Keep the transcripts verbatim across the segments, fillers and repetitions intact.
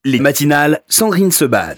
Les matinales, Sandrine Sebat.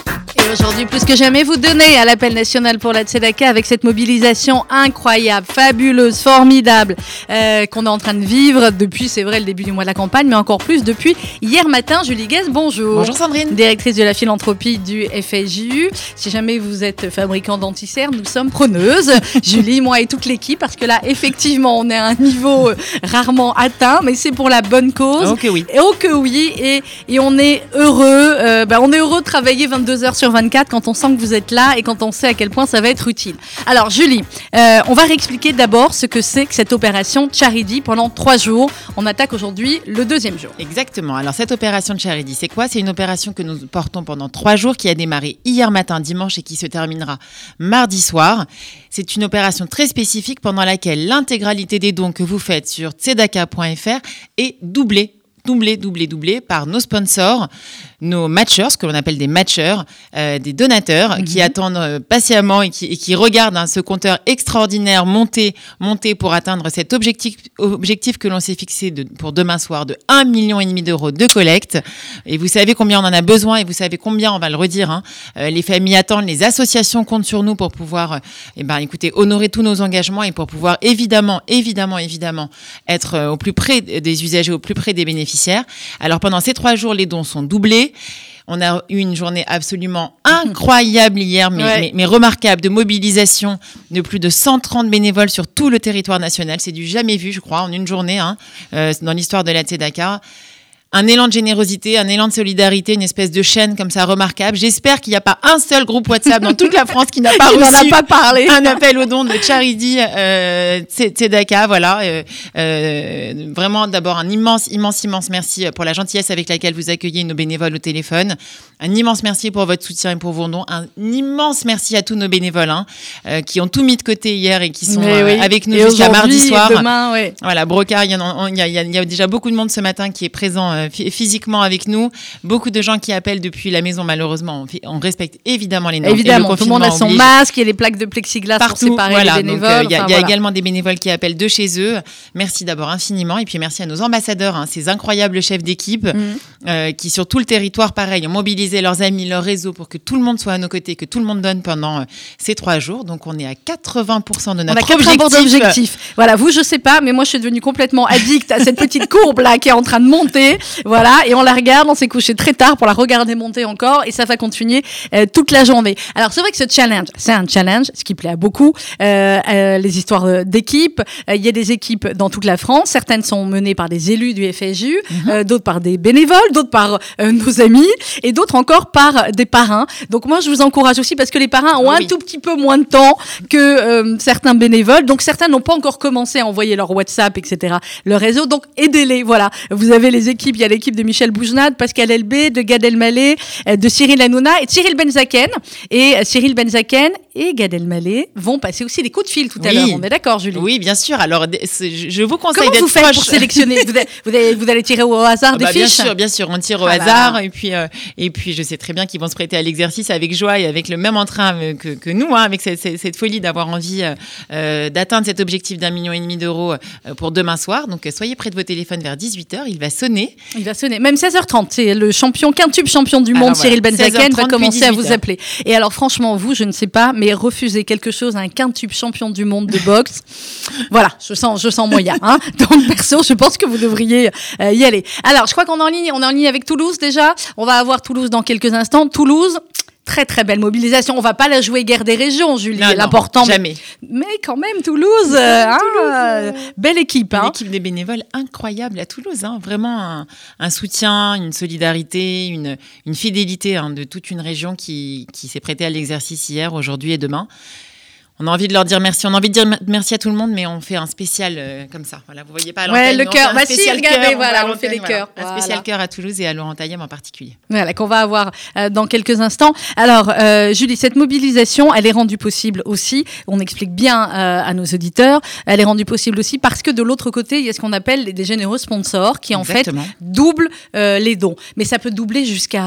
Et aujourd'hui, plus que jamais, vous donnez à l'appel national pour la Tzedaka avec cette mobilisation incroyable, fabuleuse, formidable, euh, qu'on est en train de vivre depuis, c'est vrai, le début du mois de la campagne, mais encore plus depuis hier matin. Julie Guez, bonjour. Bonjour Sandrine. Directrice de la philanthropie du F S J U. Si jamais vous êtes fabricant d'anticernes, nous sommes preneuses. Julie, moi et toute l'équipe, parce que là, effectivement, on est à un niveau euh, rarement atteint, mais c'est pour la bonne cause. Oh que oui. Et oh que oui, et, et on est heureux, euh, bah, on est heureux de travailler vingt-deux heures sur vingt-quatre quand on sent que vous êtes là et quand on sait à quel point ça va être utile. Alors Julie, euh, on va réexpliquer d'abord ce que c'est que cette opération Charity pendant trois jours. On attaque aujourd'hui le deuxième jour. Exactement. Alors cette opération de Charity, c'est quoi ? C'est une opération que nous portons pendant trois jours qui a démarré hier matin, dimanche et qui se terminera mardi soir. C'est une opération très spécifique pendant laquelle l'intégralité des dons que vous faites sur tzedaka point f r est doublée. doublé, doublé, doublé par nos sponsors, nos matchers, ce que l'on appelle des matchers, euh, des donateurs mmh. qui attendent euh, patiemment et qui, et qui regardent hein, ce compteur extraordinaire monter, monter pour atteindre cet objectif, objectif que l'on s'est fixé de, pour demain soir de un virgule cinq million d'euros de collecte. Et vous savez combien on en a besoin et vous savez combien, on va le redire, hein, euh, les familles attendent, les associations comptent sur nous pour pouvoir, euh, eh ben, écoutez, honorer tous nos engagements et pour pouvoir évidemment, évidemment, évidemment être euh, au plus près des usagers, au plus près des bénéficiaires. Alors pendant ces trois jours, les dons sont doublés. On a eu une journée absolument incroyable hier, mais, ouais. mais, mais remarquable, de mobilisation de plus de cent trente bénévoles sur tout le territoire national. C'est du jamais vu, je crois, en une journée, hein, euh, dans l'histoire de la Tzedaka. Un élan de générosité, un élan de solidarité, une espèce de chaîne comme ça remarquable. J'espère qu'il n'y a pas un seul groupe WhatsApp dans toute la France qui n'a pas reçu n'en a pas parlé. un appel aux dons de Charity euh, Tzedaka. Voilà. Euh, euh, vraiment, d'abord, un immense, immense, immense merci pour la gentillesse avec laquelle vous accueillez nos bénévoles au téléphone. Un immense merci pour votre soutien et pour vos dons. Un immense merci à tous nos bénévoles hein, euh, qui ont tout mis de côté hier et qui sont euh, oui. avec nous et jusqu'à mardi soir. Et demain, ouais. Voilà, Brocard, il y, en a, il, y a, il y a déjà beaucoup de monde ce matin qui est présent euh, physiquement avec nous, beaucoup de gens qui appellent depuis la maison, malheureusement, on, on respecte évidemment les normes. Évidemment, le tout le monde a son oblige. masque, il y a les plaques de plexiglas partout, pour séparer voilà, les bénévoles. Il euh, y a, enfin, y a voilà. également des bénévoles qui appellent de chez eux. Merci d'abord infiniment et puis merci à nos ambassadeurs, hein, ces incroyables chefs d'équipe mmh. euh, qui sur tout le territoire, pareil, ont mobilisé leurs amis, leurs réseaux pour que tout le monde soit à nos côtés, que tout le monde donne pendant euh, ces trois jours. Donc on est à quatre-vingts pour cent de notre on a objectif. d'objectifs. Voilà, vous, je sais pas, mais moi je suis devenue complètement addict à cette petite courbe là qui est en train de monter. Voilà, et on la regarde, on s'est couché très tard pour la regarder monter encore et ça va continuer euh, toute la journée. Alors c'est vrai que ce challenge, c'est un challenge, ce qui plaît à beaucoup, euh, euh, les histoires d'équipes. Il euh, y a des équipes dans toute la France, certaines sont menées par des élus du F S J U, mm-hmm. euh, d'autres par des bénévoles, d'autres par euh, nos amis et d'autres encore par des parrains. Donc moi je vous encourage aussi parce que les parrains ont oui. un tout petit peu moins de temps que euh, certains bénévoles, donc certains n'ont pas encore commencé à envoyer leur WhatsApp, et cetera, leur réseau, donc aidez-les, voilà. Vous avez les équipes, il y a l'équipe de Michel Boujnad, Pascal Elbé, de Gad Elmaleh, de Cyril Hanouna et de Cyril Benzaken. Et Cyril Benzaken et Gad Elmaleh vont passer aussi des coups de fil tout à oui. l'heure. On est d'accord, Julie ? Oui, bien sûr. Alors, je vous conseille Comment d'être vous faites proche. Pour sélectionner vous, allez, vous, allez, vous allez tirer au hasard ah des bah, fiches ? Bien sûr, bien sûr. On tire au ah hasard. Bah. Et, puis, euh, et puis, je sais très bien qu'ils vont se prêter à l'exercice avec joie et avec le même entrain que, que nous, hein, avec cette, cette, cette folie d'avoir envie euh, d'atteindre cet objectif d'un million et demi d'euros euh, pour demain soir. Donc, soyez près de vos téléphones vers dix-huit heures. Il va sonner. Il va sonner. Même seize heures trente. C'est le champion, quintuple champion du monde, alors, Cyril voilà, Benzaken, va commencer à vous appeler. Et alors, franchement, vous, je ne sais pas, mais refuser quelque chose à un quintuple champion du monde de boxe, voilà, je sens, je sens moyen. Hein. Donc, perso, je pense que vous devriez euh, y aller. Alors, je crois qu'on est en ligne, on est en ligne avec Toulouse déjà. On va avoir Toulouse dans quelques instants. Toulouse. Très très belle mobilisation. On va pas la jouer guerre des régions, Julie. Non, l'important. Non, jamais. Mais, mais quand même Toulouse, euh, hein, Toulouse. Belle équipe. Une hein. équipe des bénévoles incroyable à Toulouse. Hein. Vraiment un, un soutien, une solidarité, une, une fidélité hein, de toute une région qui, qui s'est prêtée à l'exercice hier, aujourd'hui et demain. On a envie de leur dire merci. On a envie de dire merci à tout le monde, mais on fait un spécial euh, comme ça. Voilà, vous voyez pas à l'antenne. Ouais, le cœur. Bah si, regardez, cœur, voilà, on, on fait les cœurs. Voilà. Un spécial cœur à Toulouse et à Laurent Taillem en particulier. Voilà, qu'on va avoir euh, dans quelques instants. Alors, euh, Julie, cette mobilisation, elle est rendue possible aussi. On explique bien euh, à nos auditeurs. Elle est rendue possible aussi parce que de l'autre côté, il y a ce qu'on appelle des généreux sponsors qui Exactement. en fait doublent euh, les dons. Mais ça peut doubler jusqu'à.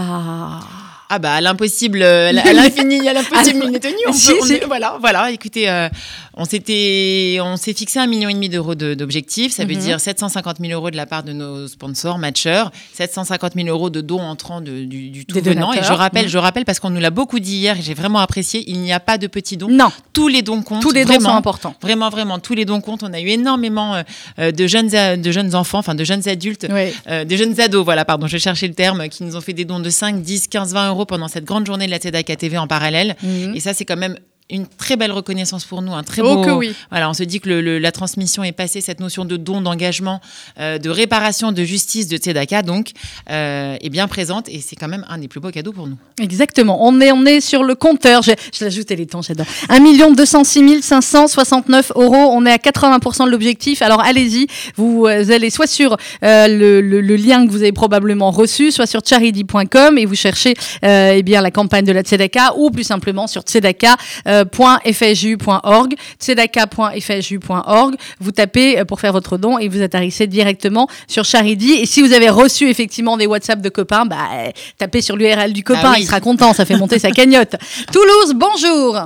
Ah bah à l'impossible, à l'infini, à l'impossible, il n'est tenu. On si, peut, on si. est, voilà, voilà. Écoutez, euh, On s'était, on s'est fixé un million et demi d'euros de, d'objectifs. Ça mm-hmm. veut dire sept cent cinquante mille euros de la part de nos sponsors, matcheurs, sept cent cinquante mille euros de dons entrants de, du, du tout venant. Et je rappelle, mmh. je rappelle parce qu'on nous l'a beaucoup dit hier et j'ai vraiment apprécié, il n'y a pas de petits dons. Non. Tous les dons comptent. Tous les vraiment, dons sont importants. Vraiment, vraiment, tous les dons comptent. On a eu énormément euh, de jeunes, de jeunes enfants, enfin de jeunes adultes, oui. euh, des jeunes ados, voilà, pardon, je cherchais le terme, qui nous ont fait des dons de cinq, dix, quinze, vingt euros pendant cette grande journée de la Tzedaka T V en parallèle. Mmh. Et ça, c'est quand même une très belle reconnaissance pour nous, un très oh beau. Que oui. Voilà, on se dit que le, le, la transmission est passée, cette notion de don, d'engagement, euh, de réparation, de justice, de tzedaka, donc, euh, est bien présente et c'est quand même un des plus beaux cadeaux pour nous. Exactement. On est, on est sur le compteur. Je, je l'ai ajouté les temps, j'adore. un million deux cent six mille cinq cent soixante-neuf euros. On est à quatre-vingts pour cent de l'objectif. Alors allez-y. Vous allez soit sur euh, le, le, le lien que vous avez probablement reçu, soit sur charity point com et vous cherchez euh, eh bien la campagne de la tzedaka ou plus simplement sur tzedaka. Euh, .fju point org, tzedaka point fju point org. Vous tapez pour faire votre don et vous atterrissez directement sur Charity. Et si vous avez reçu effectivement des WhatsApp de copains, bah, tapez sur l'U R L du copain, ah oui. il sera content, ça fait monter sa cagnotte. Toulouse, bonjour.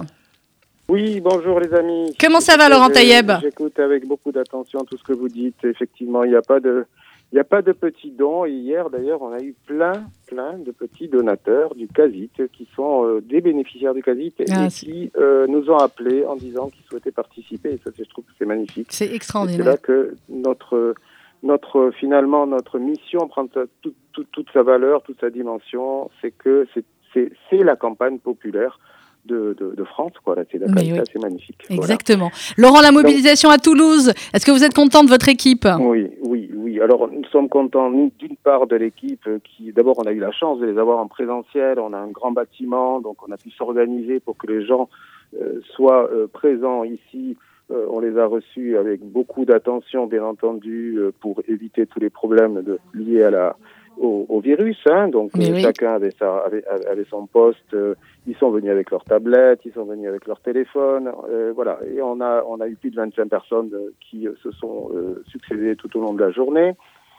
Oui, bonjour les amis. Comment ça va Laurent Taïeb ? J'écoute avec beaucoup d'attention tout ce que vous dites. Effectivement, il n'y a pas de... Il n'y a pas de petits dons. Et hier, d'ailleurs, on a eu plein, plein de petits donateurs du CASIT qui sont euh, des bénéficiaires du CASIT ah, et qui euh, nous ont appelés en disant qu'ils souhaitaient participer. Et ça, je trouve que c'est magnifique. C'est extraordinaire. Et c'est là que notre, notre, finalement, notre mission prend toute, toute, toute sa valeur, toute sa dimension. C'est que c'est, c'est, c'est la campagne populaire De, de, de France, quoi. Là, c'est, la oui. ça, c'est magnifique. Exactement. Voilà. Laurent, la mobilisation Donc, à Toulouse, est-ce que vous êtes content de votre équipe ? Oui, oui, oui. Alors, nous sommes contents, nous, d'une part, de l'équipe qui, d'abord, on a eu la chance de les avoir en présentiel. On a un grand bâtiment, donc on a pu s'organiser pour que les gens euh, soient euh, présents ici. Euh, on les a reçus avec beaucoup d'attention, bien entendu, euh, pour éviter tous les problèmes de, liés à la Au, au virus, hein. Donc euh, oui. chacun avait, sa, avait, avait son poste. Euh, ils sont venus avec leurs tablettes, ils sont venus avec leur téléphone, euh, voilà. Et on a on a eu plus de vingt-cinq personnes euh, qui euh, se sont euh, succédées tout au long de la journée.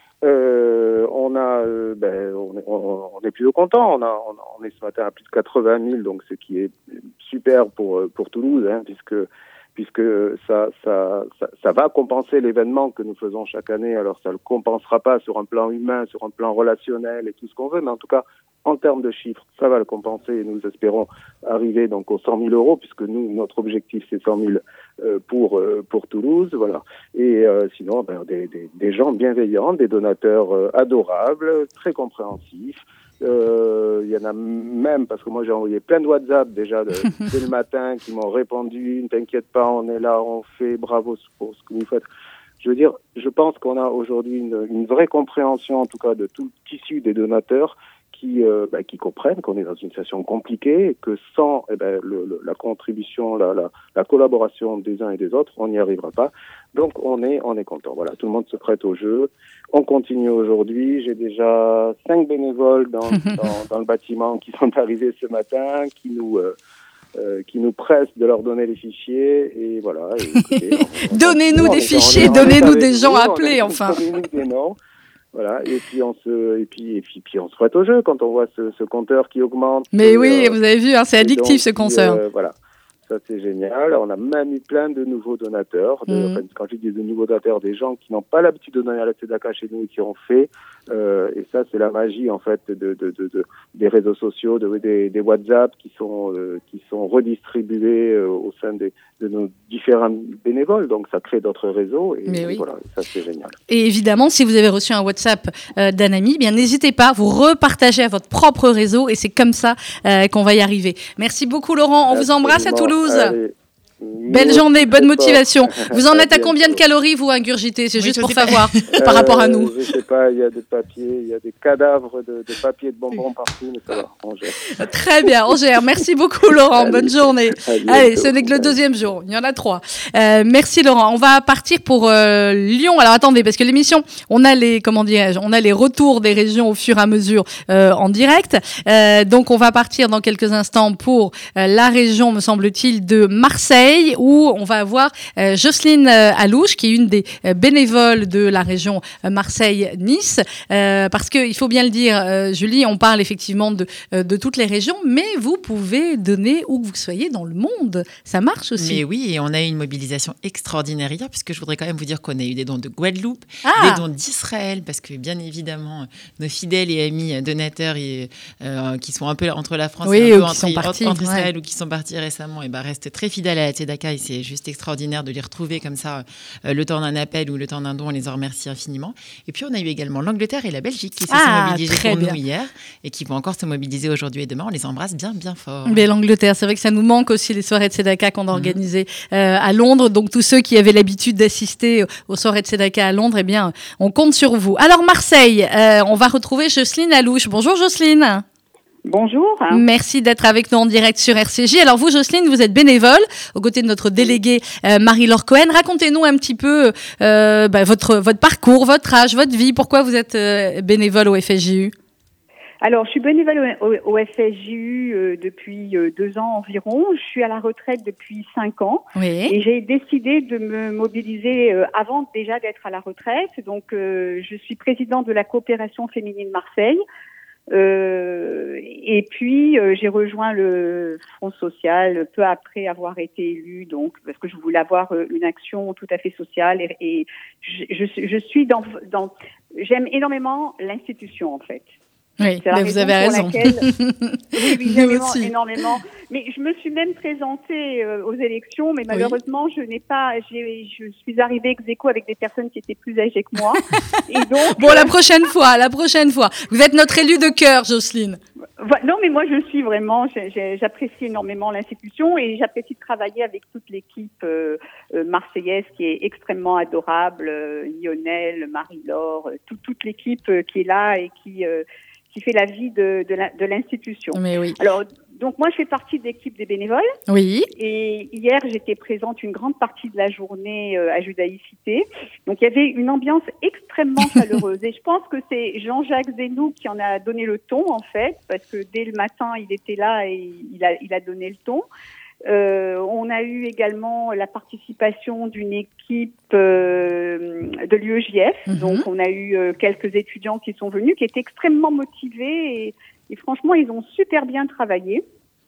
Euh, on a, euh, ben, on est, on, on est plutôt content. On a, on, on est ce matin à plus de quatre-vingt mille, donc ce qui est super pour pour Toulouse, hein, puisque. puisque ça, ça, ça, ça va compenser l'événement que nous faisons chaque année. Alors, ça ne le compensera pas sur un plan humain, sur un plan relationnel et tout ce qu'on veut, mais en tout cas, en termes de chiffres, ça va le compenser et nous espérons arriver donc aux cent mille euros, puisque nous, notre objectif, c'est cent mille euh, pour, euh, pour Toulouse, voilà. Et euh, sinon, ben, des, des, des gens bienveillants, des donateurs euh, adorables, très compréhensifs. Il euh, y en a même, parce que moi j'ai envoyé plein de WhatsApp déjà de, dès le matin qui m'ont répondu, ne t'inquiète pas, on est là, on fait, bravo pour ce que vous faites. Je veux dire, je pense qu'on a aujourd'hui une, une vraie compréhension en tout cas de tout le tissu des donateurs qui, euh, bah, qui comprennent qu'on est dans une situation compliquée et que sans eh ben, le, le, la contribution, la, la, la collaboration des uns et des autres, on n'y arrivera pas. Donc on est, on est content. Voilà, tout le monde se prête au jeu. On continue aujourd'hui. J'ai déjà cinq bénévoles dans, dans, dans le bâtiment qui sont arrivés ce matin, qui nous euh, euh, qui nous pressent de leur donner les fichiers. Et voilà. Et écoutez, on, on donnez-nous des fichiers, donnez-nous des gens à appeler, enfin. Donnez-nous des noms. Voilà, et puis on se, et puis, et puis, puis on se prête au jeu quand on voit ce, ce compteur qui augmente. Mais et, oui, euh, vous avez vu, hein, c'est addictif donc, ce compteur. Euh, voilà. Ça, c'est génial. On a même eu plein de nouveaux donateurs. De, mmh. enfin, quand je dis de nouveaux donateurs, des gens qui n'ont pas l'habitude de donner à la tzedaka chez nous et qui ont fait. Euh, et ça, c'est la magie, en fait, de, de, de, de des réseaux sociaux, de, des, des WhatsApp qui sont, euh, qui sont redistribués euh, au sein des, de nos différents bénévoles. Donc, ça crée d'autres réseaux. Et, Mais oui. et voilà, ça, c'est génial. Et évidemment, si vous avez reçu un WhatsApp euh, d'un ami, bien, n'hésitez pas, vous repartagez à votre propre réseau et c'est comme ça euh, qu'on va y arriver. Merci beaucoup, Laurent. On Absolument. Vous embrasse à Toulouse. Allez. Belle journée, bonne motivation. Vous en êtes à combien de calories, vous, ingurgitez ? C'est oui, juste pour savoir, euh, par rapport à nous. Je sais pas, il y a des papiers, il y a des cadavres de, de papier et de bonbons partout, mais ça va, on gère. Très bien, on gère. Merci beaucoup, Laurent. Allez. Bonne journée. Allez, ce n'est que le deuxième jour. Il y en a trois. Euh, merci, Laurent. On va partir pour euh, Lyon. Alors, attendez, parce que l'émission, on a les, comment dirais-je, on a les retours des régions au fur et à mesure euh, en direct. Euh, donc, on va partir dans quelques instants pour euh, la région, me semble-t-il, de Marseille. Marseille, où on va avoir euh, Jocelyne euh, Alouche, qui est une des euh, bénévoles de la région euh, Marseille-Nice. Euh, parce qu'il faut bien le dire, euh, Julie, on parle effectivement de, euh, de toutes les régions, mais vous pouvez donner où que vous soyez dans le monde. Ça marche aussi. Mais oui, et on a eu une mobilisation extraordinaire hier, puisque je voudrais quand même vous dire qu'on a eu des dons de Guadeloupe, Ah. des dons d'Israël, parce que bien évidemment, nos fidèles et amis donateurs et, euh, qui sont un peu entre la France Oui, et un peu ou qui entre, sont partis, entre Israël ouais. ou qui sont partis récemment, et ben restent très fidèles à la Tzedaka, et c'est juste extraordinaire de les retrouver comme ça, euh, le temps d'un appel ou le temps d'un don, on les en remercie infiniment. Et puis on a eu également l'Angleterre et la Belgique qui se Ah, sont mobilisés très pour bien. nous hier et qui vont encore se mobiliser aujourd'hui et demain. On les embrasse bien, bien fort. Mais l'Angleterre, c'est vrai que ça nous manque aussi les soirées de Tzedaka qu'on a organisées euh, à Londres. Donc tous ceux qui avaient l'habitude d'assister aux soirées de Tzedaka à Londres, eh bien, on compte sur vous. Alors Marseille, euh, on va retrouver Jocelyne Alouche. Bonjour Jocelyne. Bonjour. Merci d'être avec nous en direct sur R C J. Alors vous, Jocelyne, vous êtes bénévole aux côtés de notre déléguée euh, Marie-Laure Cohen. Racontez-nous un petit peu euh, bah, votre, votre parcours, votre âge, votre vie. Pourquoi vous êtes euh, bénévole au F S J U ? Alors, je suis bénévole au, au, au F S J U euh, depuis euh, deux ans environ. Je suis à la retraite depuis cinq ans. Oui. Et j'ai décidé de me mobiliser euh, avant déjà d'être à la retraite. Donc, euh, je suis présidente de la coopération féminine Marseille. Euh, et puis euh, j'ai rejoint le Front social peu après avoir été élue, donc parce que je voulais avoir euh, une action tout à fait sociale et, et je, je, je suis dans, dans j'aime énormément l'institution en fait. Oui, c'est la mais raison vous avez raison. Laquelle, oui, oui, Nous j'aime aussi. énormément. Mais je me suis même présentée euh, aux élections, mais malheureusement, oui. je n'ai pas. J'ai, je suis arrivée ex aequo avec des personnes qui étaient plus âgées que moi. Et donc, bon, la prochaine fois, la prochaine fois. Vous êtes notre élue de cœur, Jocelyne. Non, mais moi, je suis vraiment. J'ai, j'apprécie énormément l'institution et j'apprécie de travailler avec toute l'équipe euh, euh, marseillaise qui est extrêmement adorable. Euh, Lionel, Marie-Laure, euh, tout, toute l'équipe euh, qui est là et qui. Euh, qui fait la vie de, de, la, de l'institution. Mais oui. Alors, donc moi, je fais partie de l'équipe des bénévoles. Oui. Et hier, j'étais présente une grande partie de la journée euh, à Judaïcité. Donc, il y avait une ambiance extrêmement chaleureuse. Et je pense que c'est Jean-Jacques Zenoux qui en a donné le ton, en fait, parce que dès le matin, il était là et il a, il a donné le ton. Euh, on a eu également la participation d'une équipe euh, de l'U E J F. Mm-hmm. Donc, on a eu euh, quelques étudiants qui sont venus, qui étaient extrêmement motivés et, et franchement, ils ont super bien travaillé.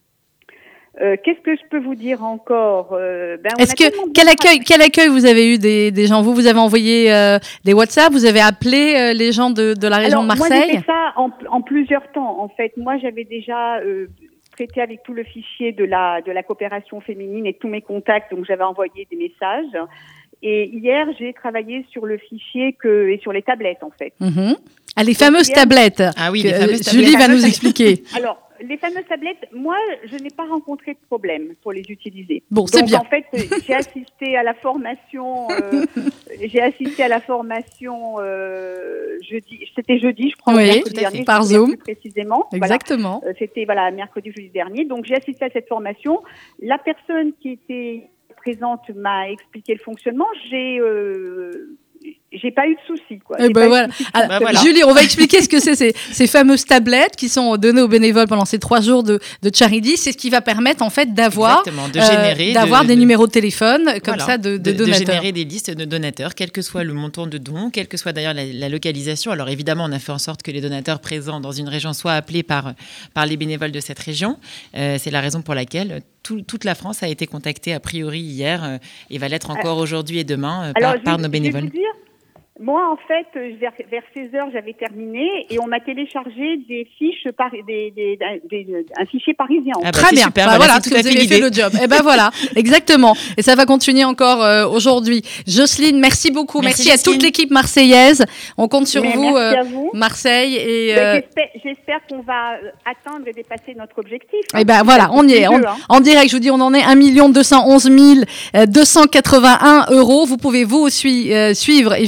Euh, qu'est-ce que je peux vous dire encore euh, ben, Est-ce que quel accueil, quel accueil vous avez eu des, des gens? Vous, vous avez envoyé euh, des WhatsApp, vous avez appelé euh, les gens de, de la région Alors, de Marseille? Moi, j'ai fait ça en, en plusieurs temps. En fait, moi, j'avais déjà euh, traité avec tout le fichier de la de la coopération féminine et tous mes contacts, donc j'avais envoyé des messages. Et hier, j'ai travaillé sur le fichier que et sur les tablettes, en fait. Mmh. Ah, les fameuses hier, tablettes. Ah oui, que, les fameuses tablettes. Julie va nous expliquer. Alors, les fameuses tablettes, moi, je n'ai pas rencontré de problème pour les utiliser. Bon, c'est Donc, bien. en fait, j'ai assisté à la formation. Euh, j'ai assisté à la formation euh, jeudi. C'était jeudi, je crois. Oui, mercredi dernier, par je Zoom. Plus précisément. Exactement. Voilà. Euh, c'était voilà mercredi jeudi dernier. Donc, j'ai assisté à cette formation. La personne qui était présente m'a expliqué le fonctionnement. J'ai euh, J'ai pas eu de soucis, quoi. Et ben voilà. Alors, bah voilà. Julie, on va expliquer ce que c'est ces, ces fameuses tablettes qui sont données aux bénévoles pendant ces trois jours de, de charity. C'est ce qui va permettre en fait d'avoir, Exactement, de générer, euh, d'avoir de, des de, numéros de téléphone comme voilà, ça de, de, de donateurs. De générer des listes de donateurs, quel que soit le montant de dons, quelle que soit d'ailleurs la, la localisation. Alors évidemment, on a fait en sorte que les donateurs présents dans une région soient appelés par par les bénévoles de cette région. Euh, c'est la raison pour laquelle tout, toute la France a été contactée a priori hier euh, et va l'être encore euh, aujourd'hui et demain euh, alors, par, par je, nos bénévoles. Je vais vous dire, moi, en fait, vers, vers seize heures, j'avais terminé et on m'a téléchargé des fiches, par, des, des, des, des, un fichier parisien. Ah bah, Très bien, super, bah, voilà, voilà, tout tout à vous fait avez fait le job. Et ben voilà, exactement. Et ça va continuer encore euh, aujourd'hui. Jocelyne, merci beaucoup. Merci, merci à toute l'équipe marseillaise. On compte sur Mais vous, merci euh, à vous, Marseille. Et euh... j'espère, j'espère qu'on va atteindre et dépasser notre objectif. Hein. Et ben voilà, on y est. On, jeu, hein. En direct, je vous dis, on en est un million deux cent onze mille deux cent quatre-vingt-un euros. Vous pouvez vous aussi euh, suivre évidemment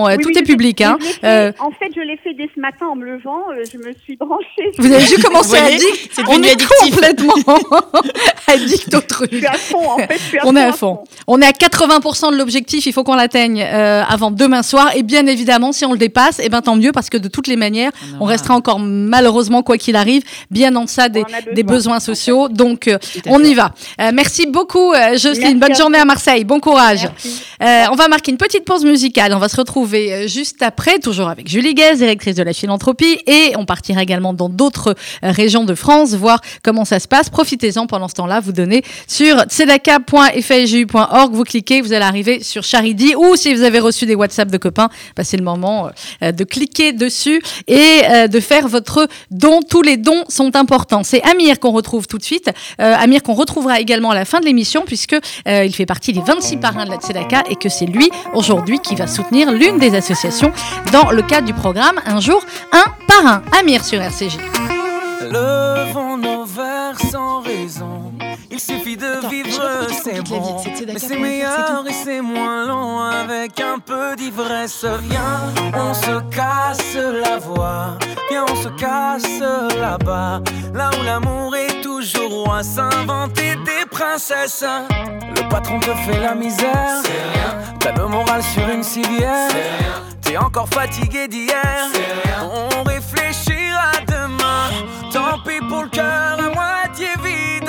bon, euh, Oui, tout oui, est je- public. Hein. je l'ai fait- Euh, En fait, je l'ai fait dès ce matin en me levant. euh, je me suis branchée. vous avez vu comment Vous c'est voyez, addict. c'est On devenu est addictif. complètement addict au truc. Je suis à fond, en fait. Je suis à On fond, est à fond. On est à quatre-vingts pour cent de l'objectif. Il faut qu'on l'atteigne euh, avant demain soir. Et bien évidemment, si on le dépasse, eh ben tant mieux, parce que de toutes les manières, On on aura- restera encore malheureusement, quoi qu'il arrive, bien en deçà des, On en a besoin, des besoins en fait. sociaux. Donc, euh, Tout à on fait. y va. Euh, merci beaucoup, euh, Jocelyne. Merci Bonne à journée vous. à Marseille. Bon courage. Merci. Euh, on va marquer une petite pause musicale. On va se retrouver euh, juste après, toujours avec Julie Guez, directrice de la philanthropie. Et on partira également dans d'autres euh, régions de France, voir comment ça se passe. Profitez-en pendant ce temps-là. Vous donnez sur tzedaka point f a g u point org. Vous cliquez, vous allez arriver sur Charity. Ou si vous avez reçu des WhatsApp de copains, bah, c'est le moment euh, de cliquer dessus et euh, de faire votre don. Tous les dons sont importants. C'est Amir qu'on retrouve tout de suite. Euh, Amir qu'on retrouvera également à la fin de l'émission, puisque euh, il fait partie des vingt-six parrains de la Tzedaka et que c'est lui aujourd'hui qui va soutenir l'une des associations dans le cadre du programme Un jour, un parrain. Amir sur R C J. Levons nos verres sans raison. Il suffit de Attends, vivre, je comprends c'est toute la vie, bon. c'est Tzedaka Mais c'est point F R, meilleur c'est et c'est moins long avec un peu d'ivresse. Viens, on se casse la voix. Viens, on se casse là-bas. Là où l'amour est toujours roi. S'inventer des princesses. Le patron te fait la misère. C'est rien. T'as le moral sur une civière. C'est rien. T'es encore fatigué d'hier. C'est rien. On réfléchira demain. Tant pis pour le cœur à moitié vide.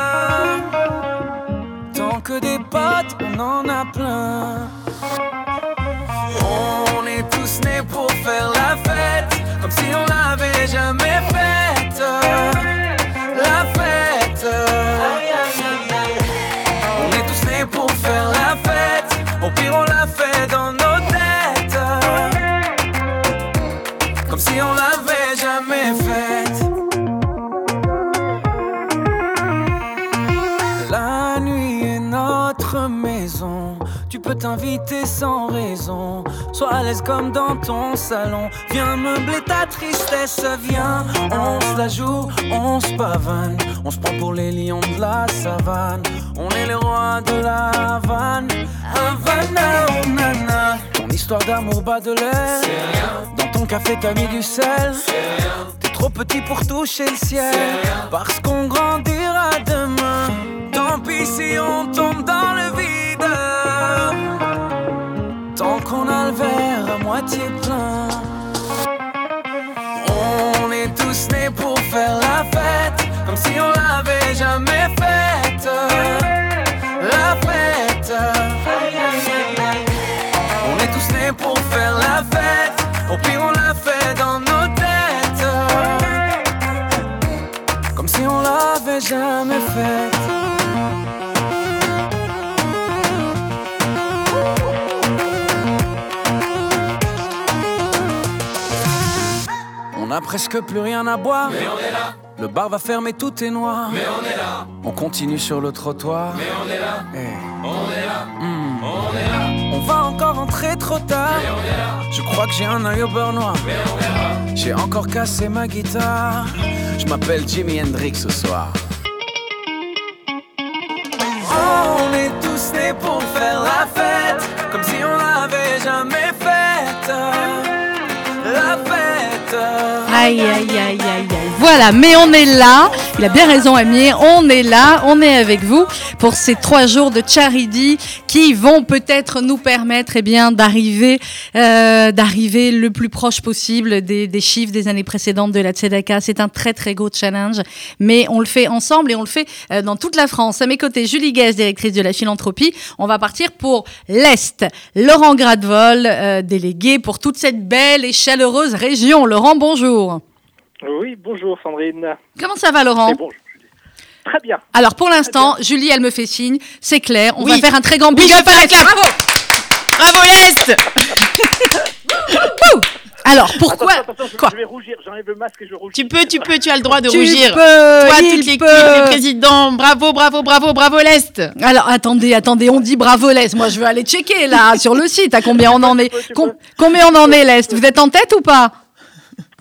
Tant que des potes, on en a plein. On est tous nés pour faire la fête, comme si on l'avait jamais faite. La fête. On est tous nés pour faire la fête. Au pire, on l'a fait dans nos têtes, comme si on l'avait jamais faite. La nuit est notre maison. Tu peux t'inviter sans raison. Sois à l'aise comme dans ton salon. Viens meubler ta tristesse. Viens, on se la joue, on se pavane. On se prend pour les lions de la savane. On est les rois de la Havane. Havana, oh nana. Ton histoire d'amour bat de l'air. Dans ton café t'as mis du sel. T'es trop petit pour toucher le ciel. Parce qu'on grandira demain. Tant pis si on tombe dans le vide. Tant qu'on a le verre à moitié plein. On est tous nés pour faire la fête, comme si on l'avait jamais faite. La fête. On est tous nés pour faire la fête. Au pire on l'a fait dans nos têtes, comme si on l'avait jamais faite. On a presque plus rien à boire, mais on est là. Le bar va fermer, tout est noir, mais on est là. On continue sur le trottoir, mais on est là. Hey. On est là. Mmh. On est là. On va encore rentrer trop tard, mais on est là. Je crois que j'ai un œil au beurre noir, mais on est là. J'ai encore cassé ma guitare. Je m'appelle Jimi Hendrix ce soir. Oh, on est tous nés pour faire la fête, comme si on l'avait jamais faite. La fête. Aïe, aïe, aïe, aïe, aïe. Voilà, mais on est là. Il a bien raison, Amir. On est là, on est avec vous pour ces trois jours de Charity qui vont peut-être nous permettre, eh bien, d'arriver, euh, d'arriver le plus proche possible des, des chiffres des années précédentes de la Tzedaka. C'est un très, très gros challenge, mais on le fait ensemble et on le fait euh, dans toute la France. À mes côtés, Julie Guez, directrice de la philanthropie. On va partir pour l'Est. Laurent Gradevol, euh, délégué pour toute cette belle et chaleureuse région. Laurent, bonjour. Oui, bonjour Sandrine. Comment ça va, Laurent? C'est bon, je- Très bien. Alors, pour l'instant, Julie, elle me fait signe, c'est clair. On Oui. va faire un très grand Oui, big je up fais à un l'Est. clap. Bravo. Bravo l'Est. Wouh. Alors, pourquoi Attention, attention, je, Quoi je vais rougir, j'enlève le masque et je rougis. Tu peux, tu peux, tu as le droit de Tu rougir. peux, Toi, il toute l'équipe, peut. le président, bravo, bravo, bravo, bravo l'Est. Alors, attendez, attendez, on dit bravo l'Est. Moi, je veux aller checker, là, sur le site, à combien on en est. Tu peux, tu Com- peux. combien on en est, l'Est? Vous êtes en tête ou pas?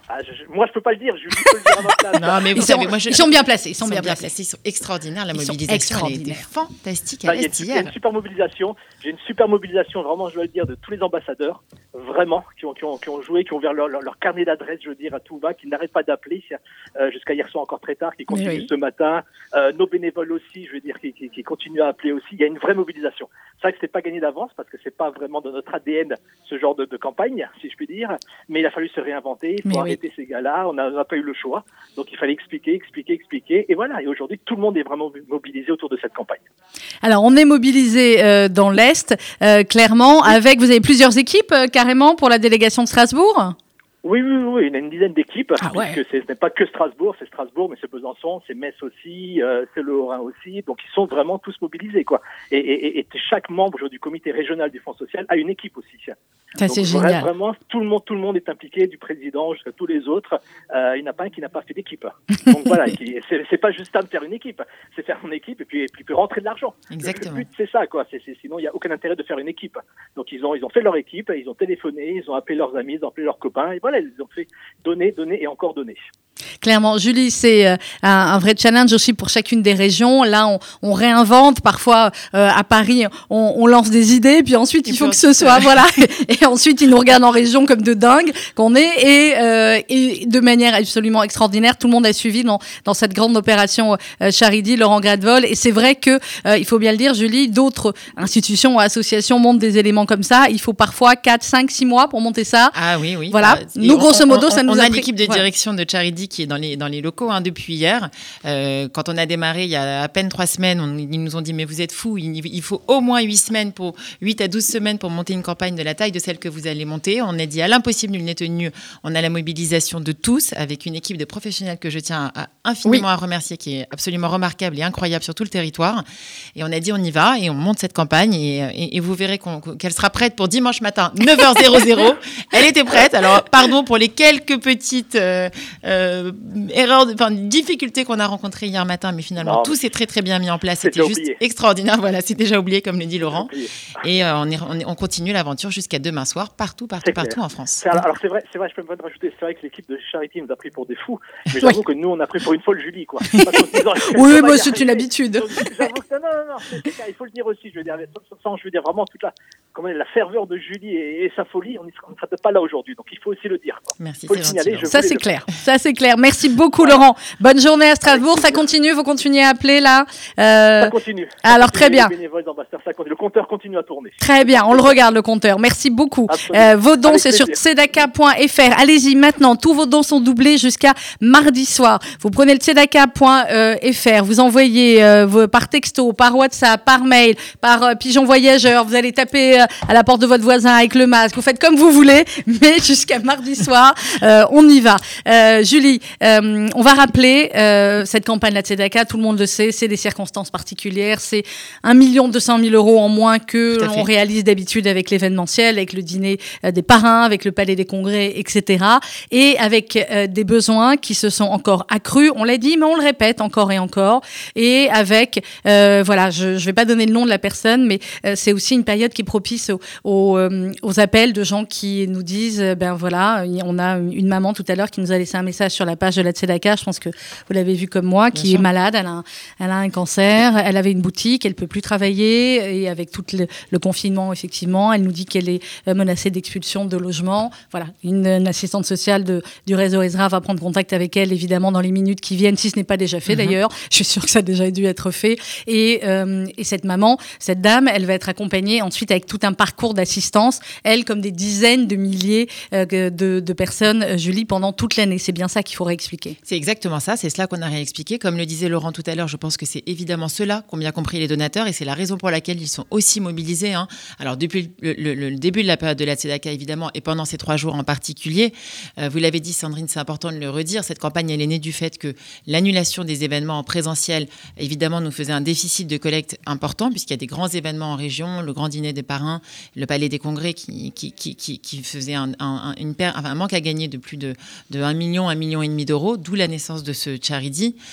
Ah, je, je, moi, je peux pas le dire. Julie peut le dire à ma place. Non, mais vous Ils savez, sont, moi, je, ils sont bien placés. Ils sont, ils sont bien, bien placés. placés. Ils sont extraordinaires. La Ils sont mobilisation, elle a été extraordinaires. fantastique Ah, à il y a l'Est une, il y a hier. une super mobilisation. J'ai une super mobilisation, vraiment, je dois le dire, de tous les ambassadeurs, vraiment, qui ont, qui ont, qui ont joué, qui ont ouvert leur, leur, leur carnet d'adresses, je veux dire, à tout va, qui n'arrêtent pas d'appeler euh, jusqu'à hier soir encore très tard, qui continuent oui. ce matin. Euh, nos bénévoles aussi, je veux dire, qui, qui, qui continuent à appeler aussi. Il y a une vraie mobilisation. C'est vrai que c'était pas gagné d'avance parce que c'est pas vraiment dans notre A D N ce genre de, de campagne, si je puis dire. Mais il a fallu se réinventer. Il faut Mais arrêter oui. ces gars-là. On n'a pas eu le choix. Donc il fallait expliquer, expliquer, expliquer. Et voilà. Et aujourd'hui, tout le monde est vraiment mobilisé autour de cette campagne. Alors, on est mobilisé euh, dans l'Est, euh, clairement, avec, vous avez plusieurs équipes euh, carrément pour la délégation de Strasbourg ? Oui, oui, oui, il y a une dizaine d'équipes, Ah ouais. puisque c'est, ce n'est pas que Strasbourg, c'est Strasbourg, mais c'est Besançon, c'est Metz aussi, euh, c'est le Haut-Rhin aussi, donc ils sont vraiment tous mobilisés, quoi. Et, et, et chaque membre du comité régional du Fonds social a une équipe aussi. Ça, donc, c'est vra- génial. Vraiment, tout le monde, tout le monde est impliqué, du président jusqu'à tous les autres. Euh, il n'y en a pas un qui n'a pas fait d'équipe. Donc voilà, qui, c'est, c'est pas juste ça de faire une équipe, c'est faire une équipe et puis, et puis, puis rentrer de l'argent. Exactement. Le but, c'est ça, quoi. C'est, c'est, sinon, il n'y a aucun intérêt de faire une équipe. Donc ils ont, ils ont fait leur équipe, ils ont téléphoné, ils ont appelé leurs amis, ils ont appelé leurs copains, et voilà, ils ont fait donner, donner et encore donner. Clairement, Julie, c'est euh, un, un vrai challenge aussi pour chacune des régions. Là, on, on réinvente. Parfois, euh, à Paris, on, on lance des idées, puis ensuite, Et il faut puis que ce ensuite, soit, euh, voilà. Et, et ensuite, ils nous regardent en région comme de dingue qu'on est, et, euh, et de manière absolument extraordinaire. Tout le monde a suivi dans, dans cette grande opération euh, Charity, Laurent Gradvol. Et c'est vrai que, euh, il faut bien le dire, Julie, d'autres institutions ou associations montent des éléments comme ça. Il faut parfois quatre, cinq, six mois pour monter ça. Ah oui, oui. Voilà. Bah, Nous, on- grosso modo, on- ça nous on a a pris- l'équipe de voilà. direction de Charity qui est dans les, dans les locaux hein, depuis hier. Euh, quand on a démarré il y a à peine trois semaines, on, ils nous ont dit mais vous êtes fous, il, il faut au moins huit semaines pour huit à douze semaines pour monter une campagne de la taille de celle que vous allez monter. On a dit à l'impossible nul n'est tenu. On a la mobilisation de tous avec une équipe de professionnels que je tiens à, à infiniment Oui. à remercier, qui est absolument remarquable et incroyable sur tout le territoire. Et on a dit on y va et on monte cette campagne et, et, et vous verrez qu'on, qu'elle sera prête pour dimanche matin neuf heures. Elle était prête. Alors pardon pour les quelques petites euh, euh, erreurs, de, enfin difficultés qu'on a rencontrées hier matin, mais finalement Non, tout s'est très très bien mis en place. c'est C'était déjà juste oublié. extraordinaire. Voilà, c'est déjà oublié comme le dit Laurent. Oublié. Et euh, on, est, on, est- on continue l'aventure jusqu'à demain soir, partout, partout, C'est partout clair. en France. C'est- Alors, alors, c'est vrai, c'est vrai, je peux me permettre de rajouter, c'est vrai que l'équipe de Charity nous a pris pour des fous, mais j'avoue que nous on a pris pour une folle Julie, quoi. Parce qu'en se disant, Oui, on va bah, y c'est une arriver. habitude. Donc, j'avoue que ça- non, non, non, c'est- c'est- il faut le dire aussi, je veux dire, avec- sans, sans- je veux dire vraiment toute la, comment dire, la ferveur de Julie et, et sa folie, on ne serait peut-être pas là aujourd'hui, donc il faut aussi le dire, quoi. Merci, Faut c'est le gentil. signaler, Laurent. je Ça, voulais c'est le clair. Ça, c'est clair. Merci beaucoup, Laurent. Bonne journée à Strasbourg. Ça continue. Vous continuez à appeler, là. Euh, Ça continue. Ça alors, continue, très bien. Les bénévoles, les ambassadeurs, ça continue. Le compteur continue à tourner. Très bien, on le regarde le compteur. Merci beaucoup. Absolument. Euh, vos dons, Avec c'est sur plaisir. tzedaka point f r. Allez-y maintenant, tous vos dons sont doublés jusqu'à mardi soir. Vous prenez le tzedaka point f r, vous envoyez euh, vos- par texto, par WhatsApp, par mail, par euh, pigeon voyageur. Vous allez taper euh, à la porte de votre voisin avec le masque. Vous faites comme vous voulez, mais jusqu'à mardi soir, euh, on y va. Euh, Julie, euh, on va rappeler euh, cette campagne de la tzedaka. Tout le monde le sait, c'est des circonstances particulières. C'est un million deux cent mille euros en moins que Tout à l'on fait. réalise d'habitude avec l'événementiel, avec le dîner euh, des parrains, avec le palais des congrès, et cetera. Et avec euh, des besoins qui se sont encore accrus. On l'a dit, mais on le répète encore et encore. Et avec, euh, voilà, je ne vais pas donner le nom de la personne, mais euh, c'est aussi une période qui est propice aux, aux, euh, aux appels de gens qui nous disent, euh, ben voilà, on a une maman tout à l'heure qui nous a laissé un message sur la page de la Tzedaka, je pense que vous l'avez vu comme moi, qui sûr. est malade, elle a, un, elle a un cancer, elle avait une boutique, elle peut plus travailler, et avec tout le, le confinement, effectivement, elle nous dit qu'elle est euh, menacée d'expulsion de logement. Voilà, une, une assistante sociale de, du réseau Ezra va prendre contact avec elle, évidemment, dans les minutes qui viennent, si ce n'est pas déjà fait, Mhm. d'ailleurs. Je suis sûre que ça a déjà dû être fait. Et, euh, et cette maman, cette dame, elle va être accompagnée ensuite avec tout un parcours d'assistance, elle comme des dizaines de milliers euh, de, de personnes, euh, Julie, pendant toute l'année. C'est bien ça qu'il faudrait expliquer. C'est exactement ça, c'est cela qu'on a réexpliqué. Comme le disait Laurent tout à l'heure, je pense que c'est évidemment cela qu'ont bien compris les donateurs et c'est la raison pour laquelle ils sont aussi mobilisés. Hein. Alors depuis le, le, le début de la période de la Tzedaka, évidemment, et pendant ces trois jours en particulier, euh, vous l'avez dit Sandrine, c'est important de le redire, cette campagne elle est née du fait que l'annulation des événements en présentiel, évidemment, nous faisait un déficit de collecte important puisqu'il y a des grands événements en région, le grand dîner des parrains, le palais des congrès qui, qui, qui, qui, qui faisait un, un, une per, enfin, un manque à gagner de plus de, de un million, un million et demi d'euros, d'où la naissance de ce Charity.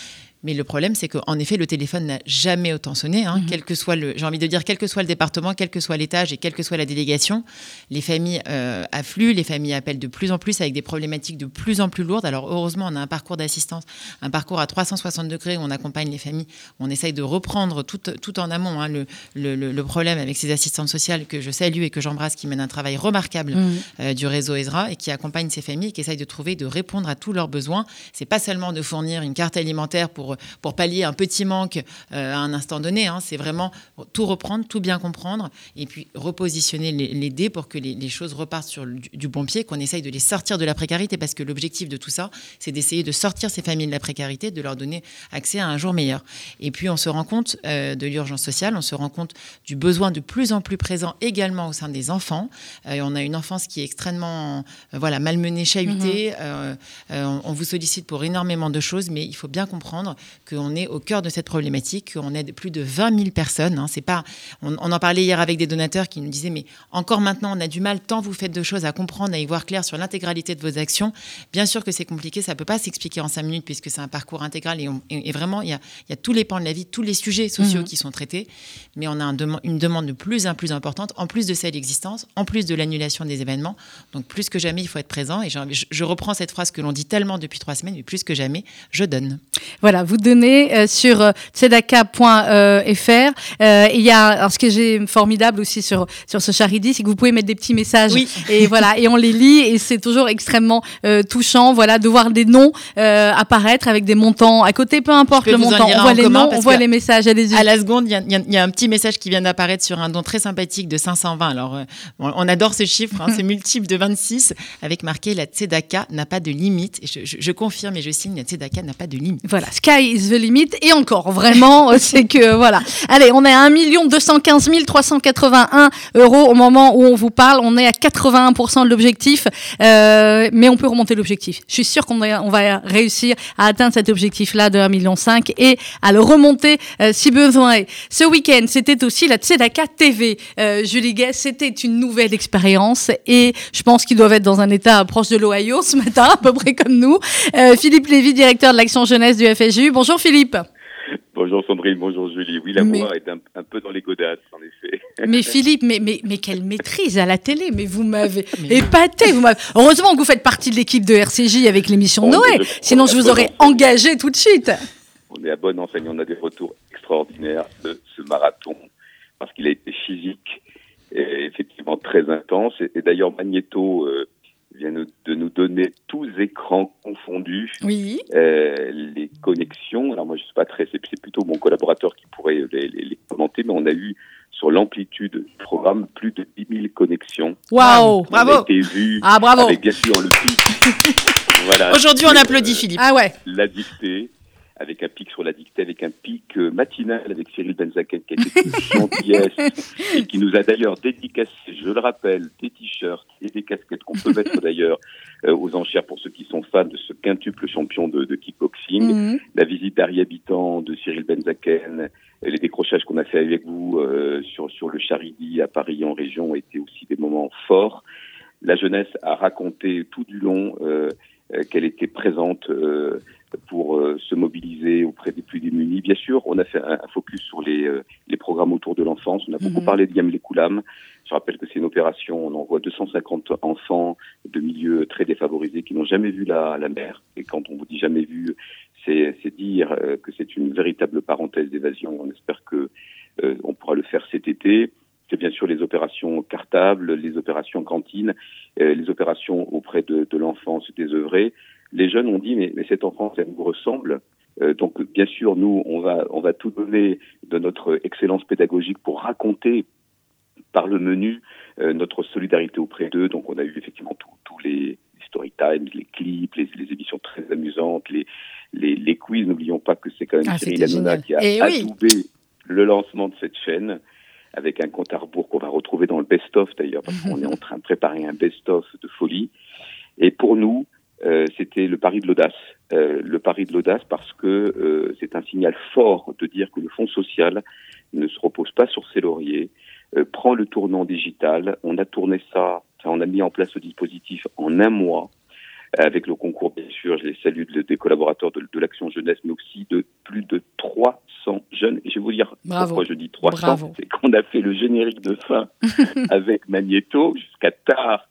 Mais le problème, c'est qu'en effet, le téléphone n'a jamais autant sonné, hein, mmh. quel que soit le, j'ai envie de dire, quel que soit le département, quel que soit l'étage et quelle que soit la délégation, les familles euh, affluent, les familles appellent de plus en plus avec des problématiques de plus en plus lourdes. Alors heureusement, on a un parcours d'assistance, un parcours à trois cent soixante degrés où on accompagne les familles, où on essaye de reprendre tout, tout en amont hein, le, le, le problème avec ces assistantes sociales que je salue et que j'embrasse, qui mènent un travail remarquable mmh. euh, du réseau Ezra et qui accompagne ces familles et qui essayent de trouver, de répondre à tous leurs besoins. C'est pas seulement de fournir une carte alimentaire pour pour pallier un petit manque euh, à un instant donné. Hein. C'est vraiment tout reprendre, tout bien comprendre et puis repositionner les, les dés pour que les, les choses repartent sur le, du, du bon pied, qu'on essaye de les sortir de la précarité parce que l'objectif de tout ça, c'est d'essayer de sortir ces familles de la précarité, de leur donner accès à un jour meilleur. Et puis, on se rend compte euh, de l'urgence sociale, on se rend compte du besoin de plus en plus présent également au sein des enfants. Euh, on a une enfance qui est extrêmement euh, voilà, malmenée, chahutée. Mmh. Euh, euh, on, on vous sollicite pour énormément de choses, mais il faut bien comprendre que on est au cœur de cette problématique, qu'on aide plus de vingt mille personnes. Hein. C'est pas, on, on en parlait hier avec des donateurs qui nous disaient, mais encore maintenant, on a du mal, tant vous faites de choses à comprendre, à y voir clair sur l'intégralité de vos actions. Bien sûr que c'est compliqué, ça ne peut pas s'expliquer en cinq minutes puisque c'est un parcours intégral et, on, et, et vraiment, il y a, y a tous les pans de la vie, tous les sujets sociaux mmh. qui sont traités, mais on a un dem- une demande de plus en plus importante, en plus de celle existence, en plus de l'annulation des événements. Donc plus que jamais, il faut être présent. Et je, je reprends cette phrase que l'on dit tellement depuis trois semaines, mais plus que jamais, je donne. Voilà, vous donnez Euh, sur euh, tzedaka point f r. Euh, il y a, alors ce que j'ai formidable aussi sur sur ce Charity, c'est que vous pouvez mettre des petits messages oui. et voilà, et on les lit et c'est toujours extrêmement euh, touchant, voilà, de voir des noms euh, apparaître avec des montants à côté, peu importe le montant, on voit les noms, on voit les messages, allez-y. À la seconde, il y a, y, y a un petit message qui vient d'apparaître sur un don très sympathique de cinq cent vingt. Alors, euh, on adore ces chiffres, hein, c'est multiple de vingt-six, avec marqué la Tzedaka n'a pas de limite. Et je, je, je confirme et je signe, la Tzedaka n'a pas de limite. Voilà, sky is the limit. Et encore, vraiment, c'est que, voilà. Allez, on est à un million deux cent quinze mille trois cent quatre-vingt-un euros au moment où on vous parle. On est à quatre-vingt-un pour cent de l'objectif, euh, mais on peut remonter l'objectif. Je suis sûre qu'on va, on va réussir à atteindre cet objectif-là de un virgule cinq million et à le remonter euh, si besoin est. Ce week-end, c'était aussi la Tzedaka T V. Euh, Julie Guest, c'était une nouvelle expérience et je pense qu'ils doivent être dans un état proche de l'Ohio ce matin, à peu près comme nous. Euh, Philippe Lévy, directeur de l'action jeunesse du F S J U. Bonjour Philippe. Bonjour Sandrine, bonjour Julie. Oui, la mais... voix est un, un peu dans les godasses, en effet. Mais Philippe, mais, mais, mais quelle maîtrise à la télé. Mais vous m'avez mais... épaté. Vous m'avez... Heureusement que vous faites partie de l'équipe de R C J avec l'émission de Noël. Sinon, je vous aurais engagé tout de suite. On est à bonne enseigne. On a des retours extraordinaires de ce marathon parce qu'il a été physique et effectivement très intense. Et, et d'ailleurs, Magnéto... Euh, vient de nous donner tous écrans confondus, oui. euh, les connexions. Alors moi, je suis pas très, c'est, c'est plutôt mon collaborateur qui pourrait les, les, les commenter, mais on a eu sur l'amplitude du programme plus de dix mille connexions. Waouh, bravo. On a été vus ah, bravo. Avec bien sûr le pic. Voilà. Aujourd'hui, on applaudit euh, Philippe. Ah ouais. La dictée. Avec un pic sur la dictée, avec un pic euh, matinal avec Cyril Benzaken qui a été une gentillesse et qui nous a d'ailleurs dédicacé, je le rappelle, des t-shirts et des casquettes qu'on peut mettre d'ailleurs euh, aux enchères pour ceux qui sont fans de ce quintuple champion de, de kickboxing. Mm-hmm. La visite d'Harry Habitant de Cyril Benzaken, les décrochages qu'on a fait avec vous euh, sur, sur le Charity à Paris en région étaient aussi des moments forts. La jeunesse a raconté tout du long euh, euh, qu'elle était présente euh, pour euh, se mobiliser auprès des plus démunis. Bien sûr, on a fait un, un focus sur les, euh, les programmes autour de l'enfance. On a beaucoup mmh. parlé de Yam Lekoulam. Je rappelle que c'est une opération, on envoie deux cent cinquante enfants de milieux très défavorisés qui n'ont jamais vu la, la mer. Et quand on vous dit jamais vu, c'est, c'est dire euh, que c'est une véritable parenthèse d'évasion. On espère que euh, on pourra le faire cet été. C'est bien sûr les opérations cartables, les opérations cantines, euh, les opérations auprès de, de l'enfance désœuvrée. Les jeunes ont dit mais, mais cet enfant ça nous ressemble, euh, donc bien sûr nous on va on va tout donner de notre excellence pédagogique pour raconter par le menu euh, notre solidarité auprès d'eux. Donc on a eu effectivement tous les story times, les clips, les, les émissions très amusantes, les les, les quiz. N'oublions pas que c'est quand même ah, Cyril Hanouna qui a Et adoubé oui. le lancement de cette chaîne avec un compte à rebours qu'on va retrouver dans le best-of d'ailleurs parce qu'on est en train de préparer un best-of de folie. Et pour nous Euh, c'était le pari de l'audace. Euh, le pari de l'audace parce que euh, c'est un signal fort de dire que le fonds social ne se repose pas sur ses lauriers, euh, prend le tournant digital. On a tourné ça, on a mis en place ce dispositif en un mois, avec le concours, bien sûr, je les salue, de, des collaborateurs de, de l'Action Jeunesse, mais aussi de plus Bravo. Pourquoi je dis trois cents? Bravo. C'est qu'on a fait le générique de fin avec Magnéto jusqu'à tard.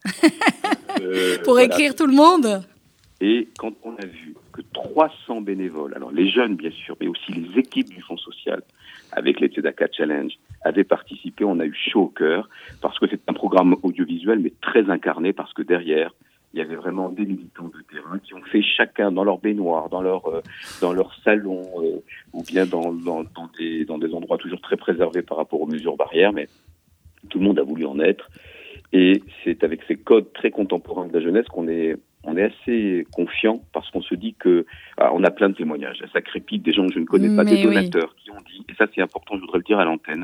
Euh, Pour voilà. écrire tout le monde. Et quand on a vu que trois cents bénévoles, alors les jeunes bien sûr, mais aussi les équipes du Fonds social, avec les Tzedaka Challenge, avaient participé, on a eu chaud au cœur, parce que c'est un programme audiovisuel, mais très incarné, parce que derrière, il y avait vraiment des militants de terrain qui ont fait chacun dans leur baignoire, dans leur euh, dans leur salon, euh, ou bien dans, dans, dans, des, dans des endroits toujours très préservés par rapport aux mesures barrières, mais tout le monde a voulu en être. Et c'est avec ces codes très contemporains de la jeunesse qu'on est on est assez confiant, parce qu'on se dit que ah, on a plein de témoignages, ça crépite, des gens que je ne connais pas, Mais des donateurs oui. qui ont dit, et ça c'est important, je voudrais le dire à l'antenne,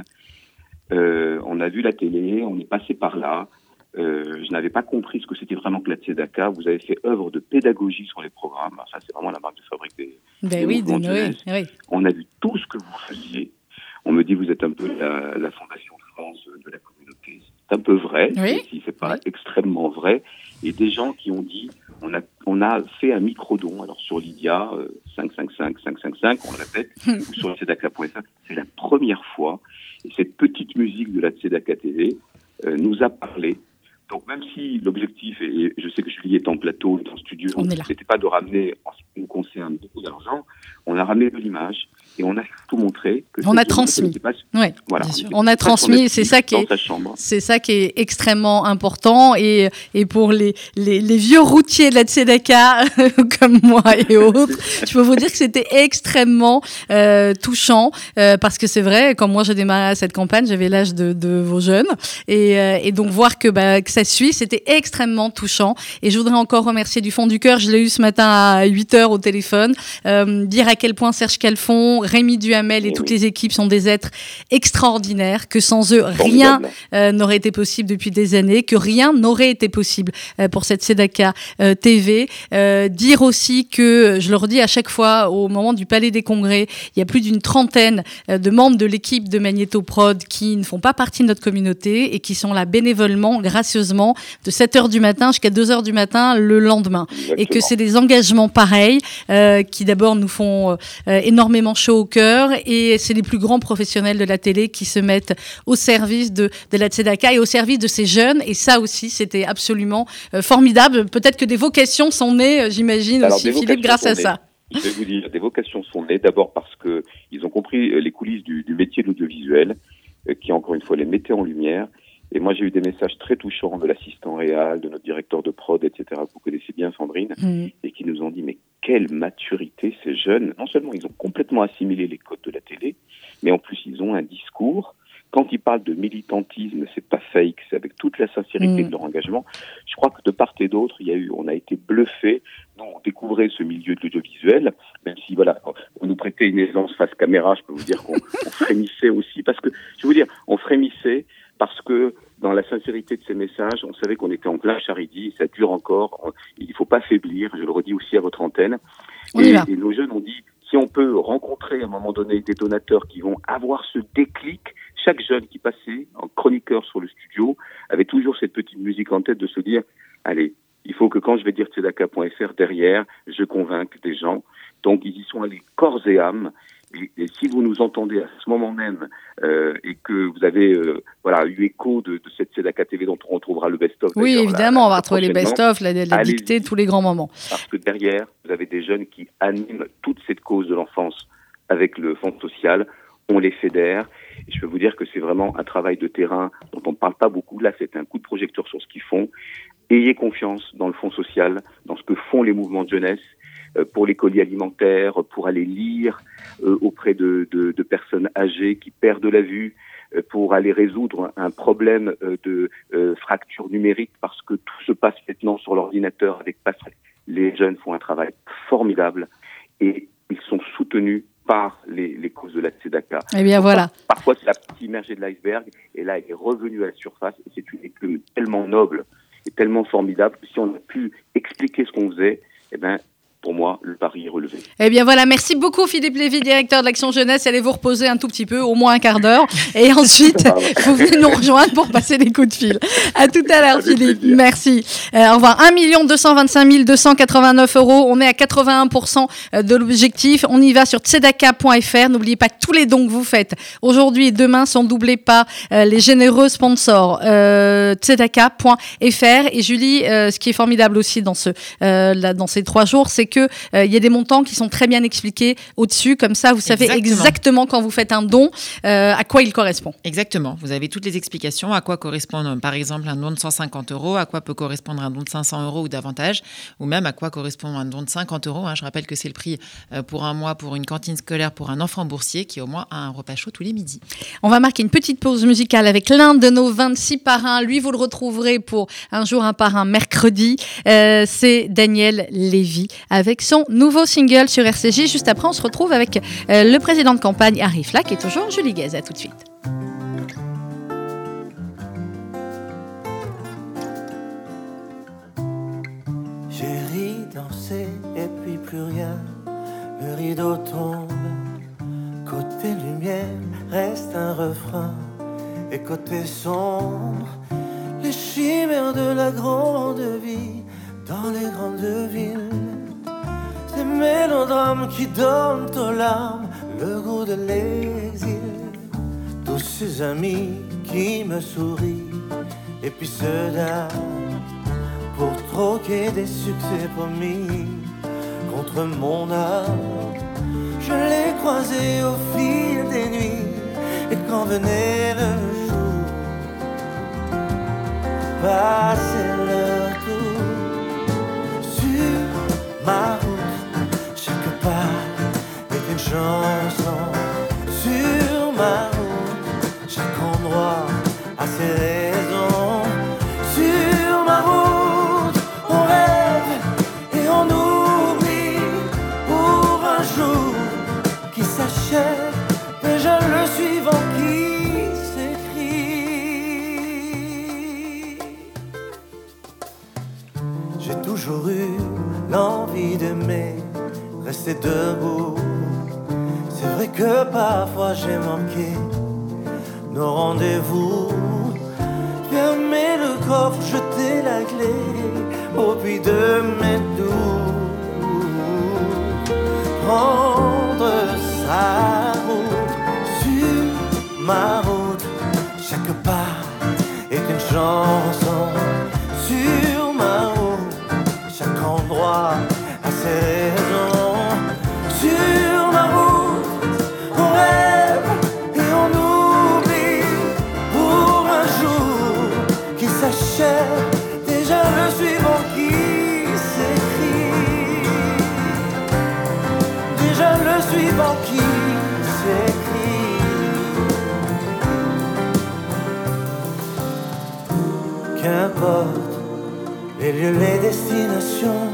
euh, on a vu la télé, on est passé par là, euh, je n'avais pas compris ce que c'était vraiment que la Tzedaka, vous avez fait œuvre de pédagogie sur les programmes, ça c'est vraiment la marque de fabrique des, ben des oui, mouvements de jeunesse. Oui, oui. On a vu tout ce que vous faisiez, on me dit vous êtes un peu la, la Fondation de France de la communauté, c'est un peu vrai, oui. même si c'est pas oui. extrêmement vrai, et des gens qui ont dit, on a, on a fait un micro-don, alors sur Lydia, euh, cinq cinq cinq, cinq cinq cinq, on le répète, ou sur tzedaka point f r, c'est la première fois, et cette petite musique de la Tzedaka T V euh, nous a parlé. Donc même si l'objectif, et je sais que Julie est en plateau, est en studio, c'était pas de ramener, en ce qui nous concerne, beaucoup d'argent, on a ramené de l'image, et on a surtout montré que on a transmis. Pas, ouais, voilà, on a transmis, c'est ça qui est, c'est ça qui est extrêmement important, et et pour les les, les vieux routiers de la Tzedaka comme moi et autres, je peux vous dire que c'était extrêmement euh, touchant, euh, parce que c'est vrai, quand moi j'ai démarré cette campagne, j'avais l'âge de, de vos jeunes, et euh, et donc voir que bah que ça suit, c'était extrêmement touchant. Et je voudrais encore remercier du fond du cœur, je l'ai eu ce matin à huit heures au téléphone, euh, dire à quel point Serge Calfon, Rémi Duhamel et toutes les équipes sont des êtres extraordinaires, que sans eux, rien euh, n'aurait été possible depuis des années, que rien n'aurait été possible euh, pour cette Tzedaka euh, T V. Euh, dire aussi que, je le redis à chaque fois, au moment du Palais des Congrès, il y a plus d'une trentaine euh, de membres de l'équipe de Magnéto Prod qui ne font pas partie de notre communauté et qui sont là bénévolement, gracieusement, de sept heures du matin jusqu'à deux heures du matin le lendemain. Exactement. Et que c'est des engagements pareils euh, qui d'abord nous font euh, énormément chaud au cœur, et c'est les plus grands professionnels de la télé qui se mettent au service de, de la Tzedaka et au service de ces jeunes, et ça aussi c'était absolument euh, formidable. Peut-être que des vocations sont nées, euh, j'imagine. Alors, aussi Philippe, grâce à ça. Je vais vous dire, des vocations sont nées d'abord parce que ils ont compris euh, les coulisses du, du métier de l'audiovisuel, euh, qui encore une fois les mettait en lumière. Et moi, j'ai eu des messages très touchants de l'assistant réal, de notre directeur de prod, et cetera, que vous connaissez bien, Sandrine, mmh. et qui nous ont dit, mais quelle maturité ces jeunes. Non seulement ils ont complètement assimilé les codes de la télé, mais en plus ils ont un discours. Quand ils parlent de militantisme, c'est pas fake, c'est avec toute la sincérité mmh. de leur engagement. Je crois que de part et d'autre, il y a eu, on a été bluffés. Nous, on découvrait ce milieu de l'audiovisuel, même si, voilà, on nous prêtait une aisance face caméra, je peux vous dire qu'on on frémissait aussi, parce que, je vais vous dire, on frémissait parce que, dans la sincérité de ces messages, on savait qu'on était en plein charidi, ça dure encore, il ne faut pas faiblir, je le redis aussi à votre antenne. Et, et nos jeunes ont dit, si on peut rencontrer à un moment donné des donateurs qui vont avoir ce déclic, chaque jeune qui passait en chroniqueur sur le studio avait toujours cette petite musique en tête de se dire, allez, il faut que quand je vais dire tzedaka point f r, derrière, je convainque des gens. Donc ils y sont allés corps et âme. Et, et si vous nous entendez à ce moment même euh, et que vous avez euh, voilà eu écho de, de cette Tzedaka T V dont on retrouvera le best-of. Oui, évidemment, la, on va retrouver les best-of, la, la dictée, tous les grands moments. Parce que derrière, vous avez des jeunes qui animent toute cette cause de l'enfance avec le Fonds social. On les fédère. Et je peux vous dire que c'est vraiment un travail de terrain dont on ne parle pas beaucoup. Là, c'est un coup de projecteur sur ce qu'ils font. Ayez confiance dans le Fonds social, dans ce que font les mouvements de jeunesse, euh, pour les colis alimentaires, pour aller lire euh, auprès de, de, de personnes âgées qui perdent la vue, euh, pour aller résoudre un problème euh, de euh, fracture numérique, parce que tout se passe maintenant sur l'ordinateur avec Passerelle. Les jeunes font un travail formidable et ils sont soutenus par les, les causes de la Tzedaka. Eh bien, voilà. Parfois, c'est la partie immergée de l'iceberg, et là, elle est revenue à la surface, et c'est une écume tellement noble et tellement formidable que si on a pu expliquer ce qu'on faisait, eh ben, pour moi, moi, le pari est relevé. Eh bien voilà, merci beaucoup Philippe Lévy, directeur de l'Action Jeunesse. Allez vous reposer un tout petit peu, au moins un quart d'heure. Et ensuite, vous venez nous rejoindre pour passer des coups de fil. À tout à l'heure Avec Philippe, plaisir. merci. Euh, au revoir. un million deux cent vingt-cinq mille deux cent quatre-vingt-neuf euros. On est à quatre-vingt-un pour cent de l'objectif. On y va sur tzedaka point f r. N'oubliez pas que tous les dons que vous faites aujourd'hui et demain sont doublés par euh, les généreux sponsors. Euh, tzedaka point f r. Et Julie, euh, ce qui est formidable aussi dans, ce, euh, là, dans ces trois jours, c'est qu'il euh, y a des montants qui sont très bien expliqués au-dessus. Comme ça, vous savez Exactement, exactement quand vous faites un don, euh, à quoi il correspond. Exactement. Vous avez toutes les explications à quoi correspond, par exemple, un don de cent cinquante euros, à quoi peut correspondre un don de cinq cents euros ou davantage, ou même à quoi correspond un don de cinquante euros. Hein. Je rappelle que c'est le prix euh, pour un mois pour une cantine scolaire pour un enfant boursier qui, au moins, a un repas chaud tous les midis. On va marquer une petite pause musicale avec l'un de nos vingt-six parrains. Lui, vous le retrouverez pour Un jour un parrain mercredi. Euh, c'est Daniel Lévy avec son nouveau single sur R C J. Juste après, on se retrouve avec euh, le président de campagne Harry Flack et toujours Julie Guez. À tout de suite. J'ai ri, dansé et puis plus rien. Le rideau tombe. Côté lumière reste un refrain. Et côté sombre, les chimères de la grande vie dans les grandes villes. Ces mélodrames qui donnent aux larmes le goût de l'exil. Tous ces amis qui me sourient et puis ceux d'âme pour troquer des succès promis contre mon âme. Je l'ai croisé au fil des nuits et quand venait le jour, passait leur tour sur ma route. Chaque pas est une chanson sur ma route. Chaque endroit a ses raisons sur ma route. On rêve et on oublie pour un jour qui s'achève. Déjà le suivant qui s'écrit. J'ai toujours eu l'envie d'aimer, rester debout. C'est vrai que parfois j'ai manqué nos rendez-vous. Fermer le coffre, jeter la clé au puits de mes doutes. Prendre sa route sur ma route. Chaque pas est une chanson sur ma route. Chaque endroit a ses raisons sur ma route. On rêve et on oublie pour un jour qui s'achève. Déjà le suivant qui s'écrit. Déjà le suivant qui s'écrit. Qu'importe les lieux, les destinations,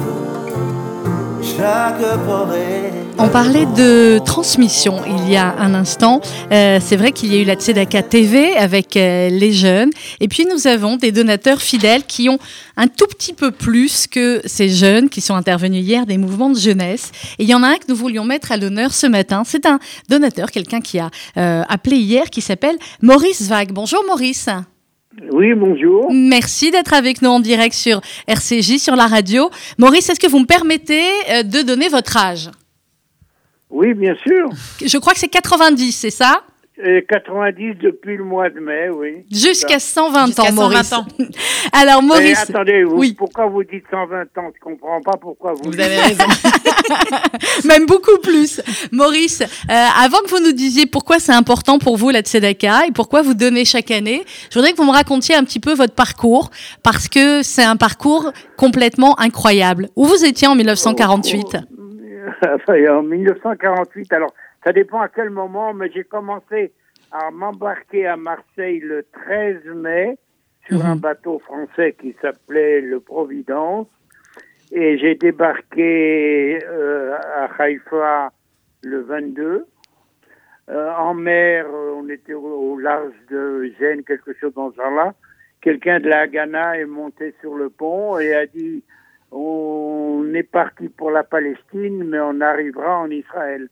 chaque port est... On parlait de transmission il y a un instant. Euh, c'est vrai qu'il y a eu la Tzedaka T V avec euh, les jeunes. Et puis nous avons des donateurs fidèles qui ont un tout petit peu plus que ces jeunes qui sont intervenus hier des mouvements de jeunesse. Et il y en a un que nous voulions mettre à l'honneur ce matin. C'est un donateur, quelqu'un qui a euh, appelé hier, qui s'appelle Maurice Vague. Bonjour Maurice. Oui, bonjour. Merci d'être avec nous en direct sur R C J, sur la radio. Maurice, est-ce que vous me permettez euh, de donner votre âge ? Oui, bien sûr. Je crois que c'est quatre-vingt-dix, c'est ça ? Et quatre-vingt-dix depuis le mois de mai, oui. Jusqu'à cent vingt Jusqu'à ans, Maurice. cent vingt ans. Alors, Et Maurice... attendez, vous, oui. pourquoi vous dites cent vingt ans? Je ne comprends pas pourquoi vous... Vous avez raison. Même beaucoup plus. Maurice, euh, avant que vous nous disiez pourquoi c'est important pour vous la Tzedaka et pourquoi vous donnez chaque année, je voudrais que vous me racontiez un petit peu votre parcours, parce que c'est un parcours complètement incroyable. Où vous étiez en dix-neuf cent quarante-huit ? En dix-neuf cent quarante-huit, alors ça dépend à quel moment, mais j'ai commencé à m'embarquer à Marseille le treize mai sur mmh. un bateau français qui s'appelait le Providence, et j'ai débarqué euh, à Haïfa le vingt-deux. Euh, en mer, on était au, au large de Gênes, quelque chose dans ce genre-là. Quelqu'un de la Haganah est monté sur le pont et a dit on est parti pour la Palestine, mais on arrivera en Israël.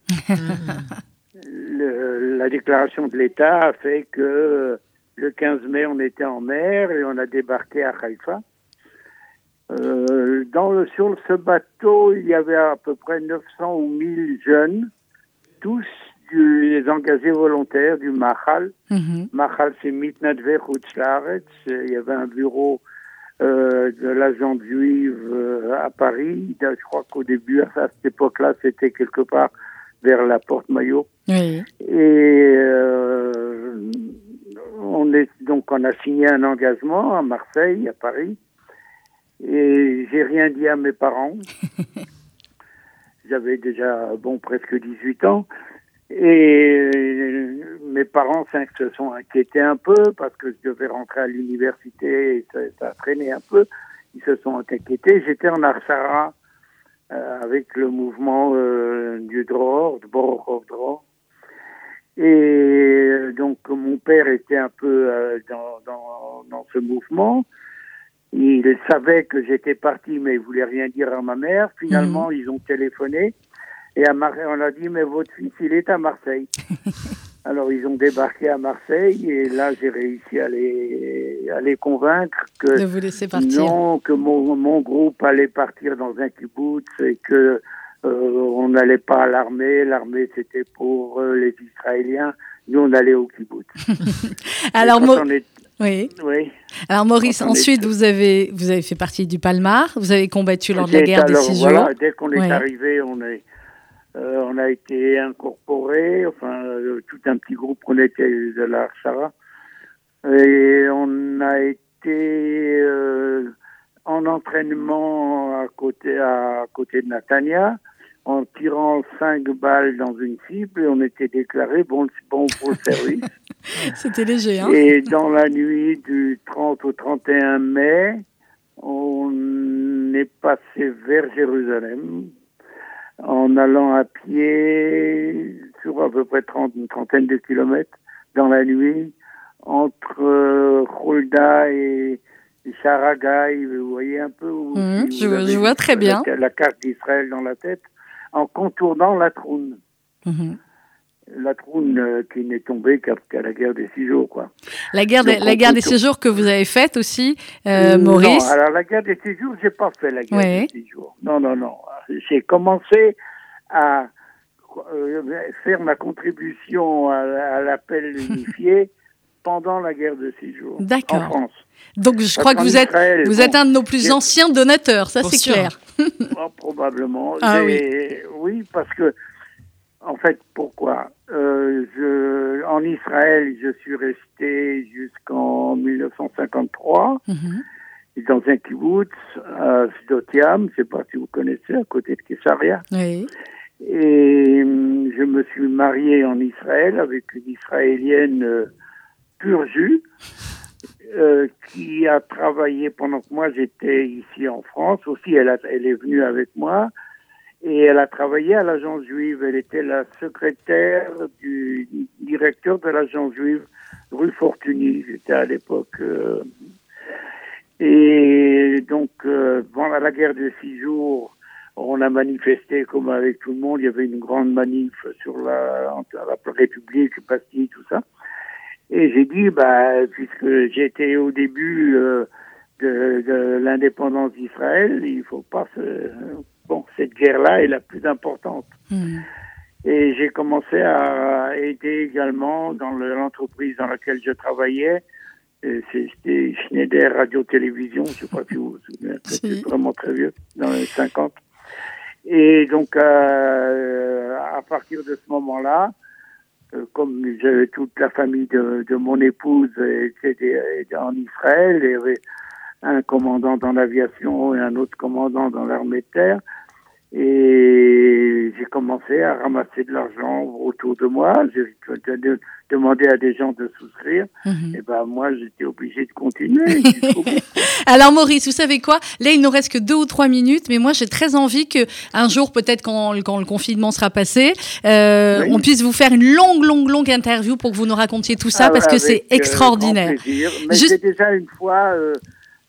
Le, la déclaration de l'État a fait que le quinze mai, on était en mer et on a débarqué à Haïfa. Euh, dans le, sur ce bateau, il y avait à peu près neuf cents ou mille jeunes, tous du, les engagés volontaires du Mahal. Mm-hmm. Mahal, c'est Mitnadve Chutz Laaretz. Il y avait un bureau euh, de l'agente juive euh, à Paris. Je crois qu'au début, à cette époque-là, c'était quelque part vers la Porte Maillot. Oui. Et euh, on est donc on a signé un engagement à Marseille, à Paris. Et j'ai rien dit à mes parents. J'avais déjà, bon, presque dix-huit ans. Et mes parents cinq, se sont inquiétés un peu parce que je devais rentrer à l'université et ça, ça a traîné un peu. Ils se sont inquiétés. J'étais en Arsara euh, avec le mouvement euh, du Dror, de Borokov Dror. Et donc mon père était un peu euh, dans, dans, dans ce mouvement. Il savait que j'étais parti, mais il voulait rien dire à ma mère. Finalement, mmh. ils ont téléphoné et à Mar- on a dit, mais votre fils, il est à Marseille. Alors, ils ont débarqué à Marseille et là, j'ai réussi à les, à les convaincre que, de vous laisser partir. Non, que mon, mon groupe allait partir dans un kibbutz et que euh, on n'allait pas à l'armée. L'armée, c'était pour euh, les Israéliens. Nous, on allait au kibbutz. Alors, moi... Est... Oui. oui. Alors Maurice, ensuite est... vous avez vous avez fait partie du Palmar, vous avez combattu lors de la guerre alors, des Six voilà, Jours. Dès qu'on est oui. arrivé, on est euh, on a été incorporé, enfin euh, tout un petit groupe, on était de la Sarah, et on a été euh, en entraînement à côté à côté de Natania, en tirant cinq balles dans une cible, et on était déclaré bon bon pour le service. C'était léger, hein. Et dans la nuit du trente au trente et un mai, on est passé vers Jérusalem en allant à pied sur à peu près trente, une trentaine de kilomètres dans la nuit entre euh, Hulda et Sharagai. Vous voyez un peu où, mmh, si je, je vois très bien la, la carte d'Israël dans la tête, en contournant la Troune. Mmh. La Troune euh, qui n'est tombée qu'à, qu'à la guerre des Six Jours, quoi. La guerre, Donc, de, la guerre des Six Jours que vous avez faite aussi, euh, Maurice. Non, alors la guerre des Six Jours, j'ai pas fait la guerre oui. des Six Jours. Non, non, non. J'ai commencé à euh, faire ma contribution à, à l'appel unifié pendant la guerre de Six Jours. D'accord. En France. Donc je Parce crois que vous Israël, êtes, vous bon, êtes un de nos plus j'ai... anciens donateurs, ça c'est sûr. Clair. Oh, probablement. Ah, oui. oui, parce que en fait, pourquoi euh, je, en Israël, je suis resté jusqu'en dix-neuf cent cinquante-trois mm-hmm. dans un kibbutz à Sdotiam, je ne sais pas si vous connaissez, à côté de Kesaria. Oui. Et je me suis marié en Israël avec une Israélienne euh, pur jus euh, qui a travaillé pendant que moi j'étais ici en France. Aussi, elle, a, elle est venue avec moi. Et elle a travaillé à l'agence juive. Elle était la secrétaire du directeur de l'agence juive rue Fortuny. J'étais à l'époque. Euh, et donc, euh, pendant la guerre de Six Jours, on a manifesté comme avec tout le monde. Il y avait une grande manif sur la, la République, Bastille, tout ça. Et j'ai dit, bah, puisque j'étais au début euh, de, de l'indépendance d'Israël, il faut pas se... Bon, cette guerre-là est la plus importante. Mmh. Et j'ai commencé à aider également dans l'entreprise dans laquelle je travaillais. Et c'était Schneider Radio-Télévision, je ne sais pas si vous vous souvenez, c'était vraiment très vieux, dans les cinquante. Et donc, euh, à partir de ce moment-là, euh, comme j'avais toute la famille de, de mon épouse était en Israël, il y avait un commandant dans l'aviation et un autre commandant dans l'armée de terre. Et j'ai commencé à ramasser de l'argent autour de moi. J'ai demandé à des gens de souscrire. Mmh. Et ben moi, j'étais obligé de continuer. Alors Maurice, vous savez quoi ? Là, il nous reste que deux ou trois minutes, mais moi, j'ai très envie que un jour, peut-être quand, quand le confinement sera passé, euh, oui. on puisse vous faire une longue, longue, longue interview pour que vous nous racontiez tout ça, ah, parce que c'est extraordinaire. Grand plaisir. Mais Juste... j'ai déjà une fois. Euh,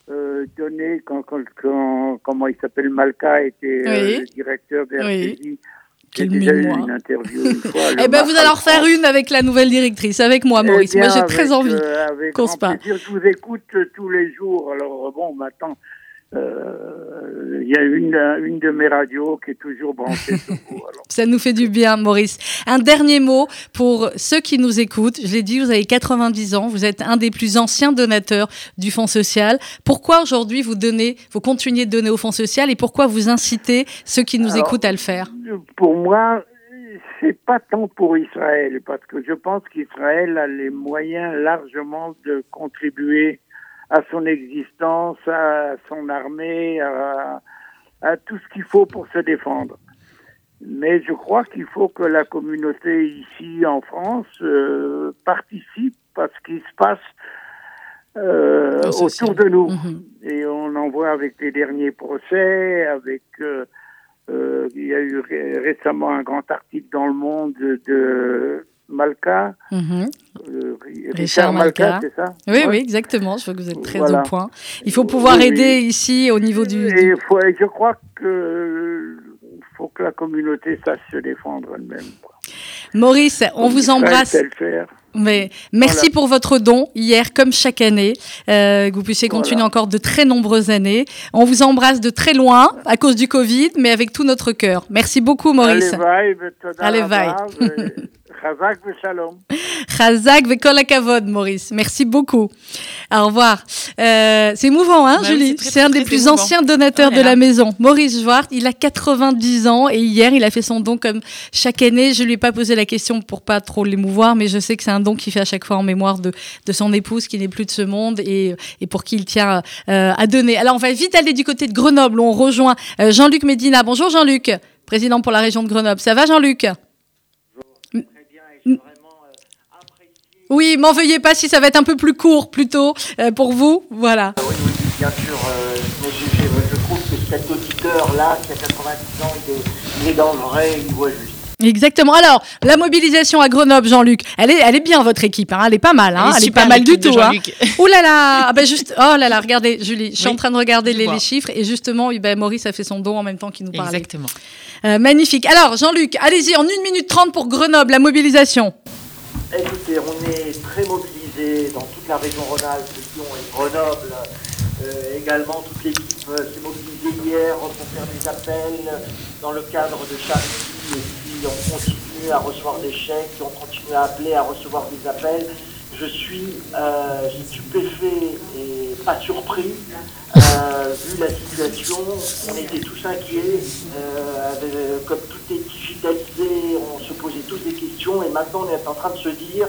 euh, donné quand, quand, quand comment il s'appelle Malka était oui. euh, le directeur de R T J. Oui. J'ai déjà eu une interview une fois. Eh ben, vous allez en refaire une avec la nouvelle directrice, avec moi, Maurice. Eh bien, moi, j'ai avec, très envie euh, qu'on se parle. Je vous écoute euh, tous les jours. Alors, bon, maintenant, il euh, y a une, une de mes radios qui est toujours branchée sur vous. Alors. Ça nous fait du bien, Maurice. Un dernier mot pour ceux qui nous écoutent. Je l'ai dit, vous avez quatre-vingt-dix ans. Vous êtes un des plus anciens donateurs du Fonds social. Pourquoi aujourd'hui vous donnez, vous continuez de donner au Fonds social et pourquoi vous incitez ceux qui nous Alors, écoutent à le faire? Pour moi, c'est pas tant pour Israël, parce que je pense qu'Israël a les moyens largement de contribuer à son existence, à son armée, à, à tout ce qu'il faut pour se défendre. Mais je crois qu'il faut que la communauté ici en France euh, participe à ce qui se passe euh, autour de nous. Mmh. Et on en voit avec les derniers procès, avec... Euh, euh, il y a eu ré- récemment un grand article dans Le Monde de... de Malka, mmh. euh, Richard, Richard Malka, Malka, c'est ça? Oui, ouais. oui, exactement. Je vois que vous êtes très voilà. au point. Il faut pouvoir oui, aider oui. ici au niveau du... Et faut, je crois que faut que la communauté sache se défendre elle-même. Maurice, on vous embrasse. Mais merci voilà. pour votre don hier, comme chaque année, euh, que vous puissiez continuer voilà. encore de très nombreuses années. On vous embrasse de très loin à cause du Covid, mais avec tout notre cœur. Merci beaucoup, Maurice. Allez, bye. Chazak v'shalom. Chazak v'kol hakavod, Maurice. Merci beaucoup. Au revoir. Euh, c'est émouvant, hein, bah Julie? Oui, c'est, très, c'est un très, des très plus émouvant. anciens donateurs oh de la maison. Maurice Jouart, il a quatre-vingt-dix ans et hier, il a fait son don comme chaque année. Je lui ai pas posé la question pour pas trop l'émouvoir, mais je sais que c'est un don qu'il fait à chaque fois en mémoire de, de son épouse qui n'est plus de ce monde et, et pour qui il tient euh, à donner. Alors, on va vite aller du côté de Grenoble où on rejoint euh, Jean-Luc Médina. Bonjour Jean-Luc, président pour la région de Grenoble. Ça va Jean-Luc? Oui, m'en veuillez pas si ça va être un peu plus court plutôt euh, pour vous, voilà. Oui, oui, bien sûr, euh, mais je, je, je trouve que cet auditeur-là, qui a quatre-vingt-dix ans, il est, il est dans le vrai, il voit juste. Exactement. Alors, la mobilisation à Grenoble, Jean-Luc, elle est, elle est bien votre équipe, hein, elle est pas mal, hein, elle est, elle est pas mal du tout. Hein. Ouh là là, ah ben juste, oh là là, regardez, Julie, je suis oui, en train de regarder les, les chiffres et justement, oui, ben Maurice a fait son don en même temps qu'il nous parlait. Exactement. Euh, magnifique. Alors, Jean-Luc, allez-y en une minute trente pour Grenoble, la mobilisation. Écoutez, on est très mobilisés dans toute la région Rhône-Alpes, Lyon et Grenoble. Euh, également, toute l'équipe euh, s'est mobilisée hier pour faire des appels dans le cadre de Charity. Et puis, on continue à recevoir des chèques, on continue à appeler, à recevoir des appels. Je suis euh, stupéfait et pas surpris. Euh, vu la situation, on était tous inquiets. Euh, avec, comme tout est digitalisé, on se posait tous des questions. Et maintenant, on est en train de se dire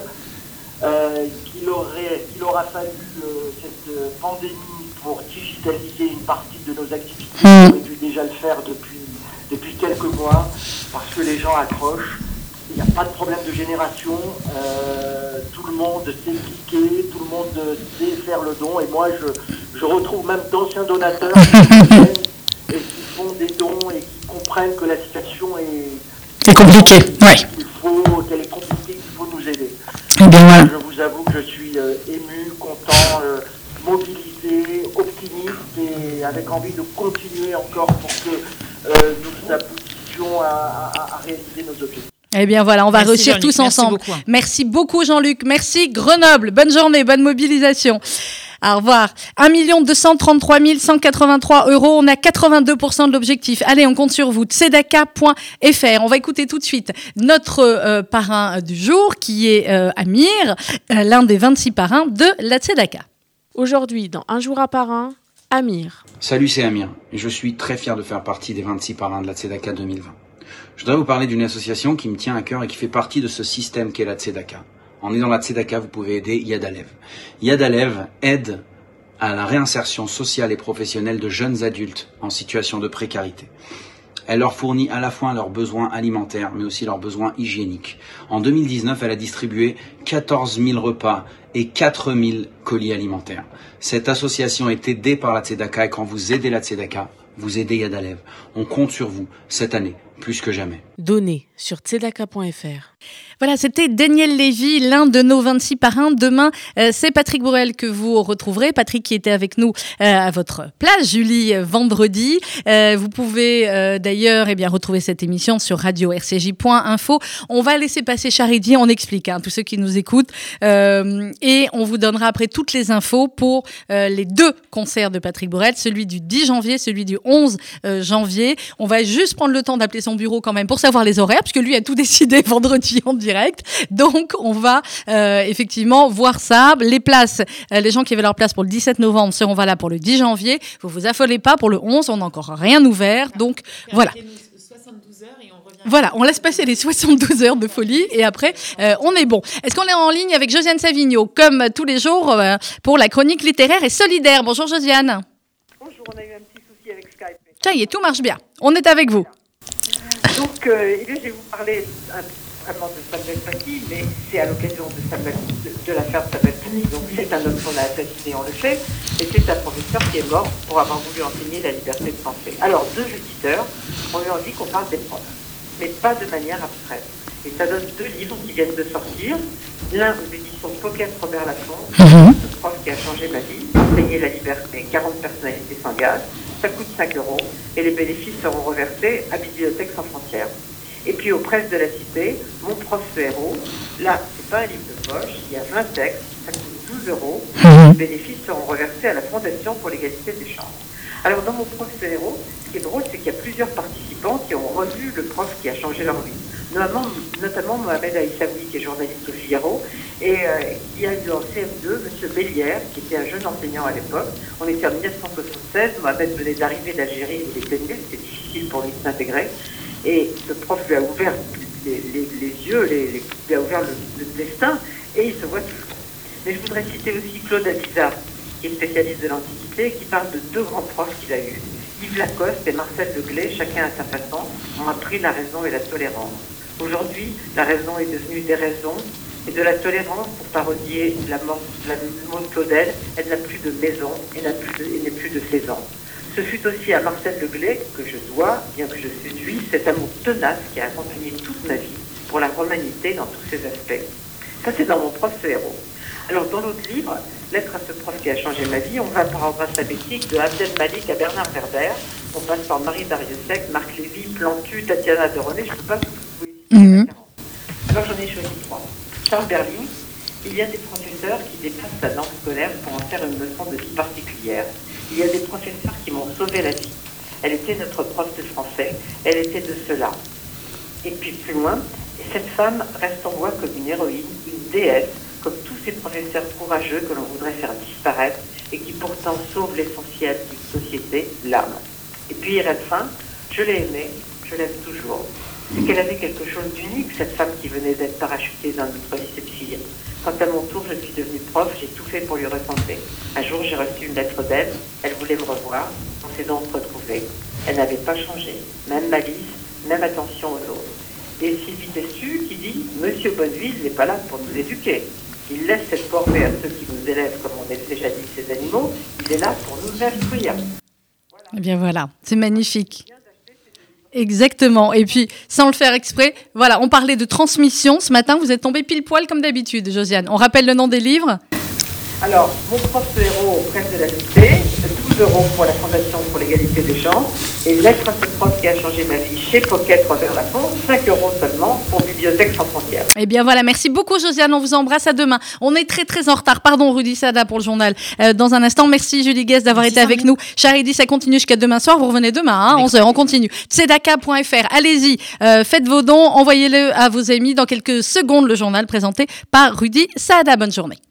euh, qu'il aurait, qu'il aura fallu euh, cette pandémie pour digitaliser une partie de nos activités. On aurait dû déjà le faire depuis, depuis quelques mois, parce que les gens accrochent. Il n'y a pas de problème de génération, euh, tout le monde sait cliquer, tout le monde sait faire le don, et moi je, je retrouve même d'anciens donateurs qui, et qui font des dons et qui comprennent que la situation est, c'est compliqué, oui. Qu'il faut, qu'elle est compliquée, qu'il faut nous aider. Eh bien, voilà. Je vous avoue que je suis euh, ému, content, euh, mobilisé, optimiste et avec envie de continuer encore pour que euh, nous aboutissions à, à, à réaliser nos objectifs. Eh bien voilà, on va Merci réussir Jean-Luc, tous ensemble. Merci beaucoup. Merci beaucoup Jean-Luc, merci Grenoble, bonne journée, bonne mobilisation. Au revoir. un million deux cent trente-trois mille cent quatre-vingt-trois euros, on a quatre-vingt-deux pour cent de l'objectif. Allez, on compte sur vous, tzedaka point f r. On va écouter tout de suite notre euh, parrain du jour qui est euh, Amir, euh, l'un des vingt-six parrains de la Tzedaka. Aujourd'hui, dans Un jour à parrain, Amir. Salut, c'est Amir et je suis très fier de faire partie des vingt-six parrains de la Tzedaka deux mille vingt. Je voudrais vous parler d'une association qui me tient à cœur et qui fait partie de ce système qu'est la Tzedaka. En aidant la Tzedaka, vous pouvez aider Yad Alev. Yad Alev aide à la réinsertion sociale et professionnelle de jeunes adultes en situation de précarité. Elle leur fournit à la fois leurs besoins alimentaires, mais aussi leurs besoins hygiéniques. En deux mille dix-neuf, elle a distribué quatorze mille repas et quatre mille colis alimentaires. Cette association est aidée par la Tzedaka et quand vous aidez la Tzedaka, vous aidez Yad Alev. On compte sur vous cette année plus que jamais. Donnez sur tzedaka point f r. Voilà, c'était Daniel Lévy, l'un de nos vingt-six parrains. Demain, euh, c'est Patrick Borel que vous retrouverez. Patrick qui était avec nous euh, à votre place, Julie, euh, vendredi. Euh, vous pouvez euh, d'ailleurs eh bien, retrouver cette émission sur radio r c j point info. On va laisser passer Charity, on explique, hein, tous ceux qui nous écoutent. Euh, et on vous donnera après toutes les infos pour euh, les deux concerts de Patrick Borel, celui du dix janvier, celui du onze janvier. On va juste prendre le temps d'appeler son bureau quand même pour savoir les horaires, puisque lui a tout décidé vendredi en direct. Donc, on va euh, effectivement voir ça. Les places, euh, les gens qui avaient leur place pour le dix-sept novembre seront valables pour le dix janvier. Vous vous affolez pas pour le onze, on n'a encore rien ouvert. Donc, voilà. Voilà, on laisse passer les soixante-douze heures de folie et après, euh, on est bon. Est-ce qu'on est en ligne avec Josiane Savigno, comme tous les jours, euh, pour la chronique littéraire et solidaire? Bonjour Josiane. Bonjour, on a eu un petit souci avec Skype. Ça y est, tout marche bien. On est avec vous. Donc, euh, je vais vous parler un, vraiment de Samuel Paty, mais c'est à l'occasion de, Samuel, de, de l'affaire de Samuel Paty. Donc, c'est un homme qu'on a assassiné, on le sait, et c'est un professeur qui est mort pour avoir voulu enseigner la liberté de penser. Alors, deux éditeurs, on lui a dit qu'on parle des profs, mais pas de manière abstraite. Et ça donne deux livres qui viennent de sortir. L'un aux éditions Pocket Robert Laffont, mmh. Le prof qui a changé ma vie, enseigner la liberté, quarante personnalités s'engagent. Ça coûte cinq euros et les bénéfices seront reversés à Bibliothèque sans frontières. Et puis aux presses de la Cité, Mon prof ce héros. Là, c'est pas un livre de poche, il y a vingt textes, ça coûte douze euros. Mmh. Les bénéfices seront reversés à la Fondation pour l'égalité des chances. Alors dans Mon prof ce héros, ce qui est drôle, c'est qu'il y a plusieurs participants qui ont revu le prof qui a changé leur vie. Notamment, notamment Mohamed Aïssaoui, qui est journaliste au Figaro, et euh, qui a eu en C M deux M. Bélière, qui était un jeune enseignant à l'époque. On était en dix-neuf cent soixante-seize, Mohamed venait d'arriver d'Algérie, il était né, c'était difficile pour lui de s'intégrer, et le prof lui a ouvert les, les, les yeux, les, les, lui a ouvert le, le destin, et il se voit toujours. Mais je voudrais citer aussi Claude Abiza, qui est spécialiste de l'Antiquité, qui parle de deux grands profs qu'il a eus. Yves Lacoste et Marcel Leglay, chacun à sa façon, ont appris la raison et la tolérance. Aujourd'hui, la raison est devenue déraison, et de la tolérance, pour parodier la mort la mot de Claudel, elle n'a plus de maison et n'a plus de, et n'est plus de saison. Ce fut aussi à Marcel Leglay que je dois, bien que je séduis, cet amour tenace qui a accompagné toute ma vie pour la romanité dans tous ses aspects. Ça, c'est dans Mon prof ce héros. Alors, dans l'autre livre, Lettre à ce prof qui a changé ma vie, on va par ordre alphabétique de Abdel Malik à Bernard Werber. On passe par Marie Dariussec, Marc Lévy, Plantu, Tatiana de René. Je ne peux pas vous citer mmh. Alors, j'en ai choisi trois. Charles Berling, il y a des professeurs qui dépassent la norme scolaire pour en faire une leçon de vie particulière. Il y a des professeurs qui m'ont sauvé la vie. Elle était notre prof de français, elle était de cela. Et puis plus loin, cette femme reste en moi comme une héroïne, une déesse, comme tous ces professeurs courageux que l'on voudrait faire disparaître et qui pourtant sauvent l'essentiel d'une société, l'âme. Et puis Irène Fin, je l'ai aimée, je l'aime toujours. C'est qu'elle avait quelque chose d'unique, cette femme qui venait d'être parachutée dans notre lycée de filles. Quand à mon tour je suis devenue prof, j'ai tout fait pour lui ressembler. Un jour j'ai reçu une lettre d'elle, elle voulait me revoir, on s'est donc retrouvés. Elle n'avait pas changé, même malice, même attention aux autres. Et Sylvie Tessu qui dit « Monsieur Bonneville n'est pas là pour nous éduquer. Il laisse cette corvée à ceux qui nous élèvent comme on élevait jadis ces animaux, il est là pour nous instruire. » Voilà. Eh bien voilà, c'est magnifique. Exactement. Et puis, sans le faire exprès, voilà, on parlait de transmission. Ce matin, vous êtes tombé pile poil comme d'habitude, Josiane. On rappelle le nom des livres ? Alors, Mon prof ce héros aux presses de la Cité, douze euros pour la Fondation pour l'égalité des chances, et Lettre à ce prof qui a changé ma vie chez Pocket Robert Laffont, cinq euros seulement pour Bibliothèque sans frontières. Eh bien voilà, merci beaucoup Josiane, on vous embrasse, à demain. On est très très en retard, pardon Rudy Sada pour le journal. Euh, dans un instant, merci Julie Guest d'avoir merci été avec nous. Charity, ça continue jusqu'à demain soir, vous revenez demain, hein, onze heures, on continue. tzedaka point f r, allez-y, euh, faites vos dons, envoyez-le à vos amis. Dans quelques secondes, le journal présenté par Rudy Sada. Bonne journée.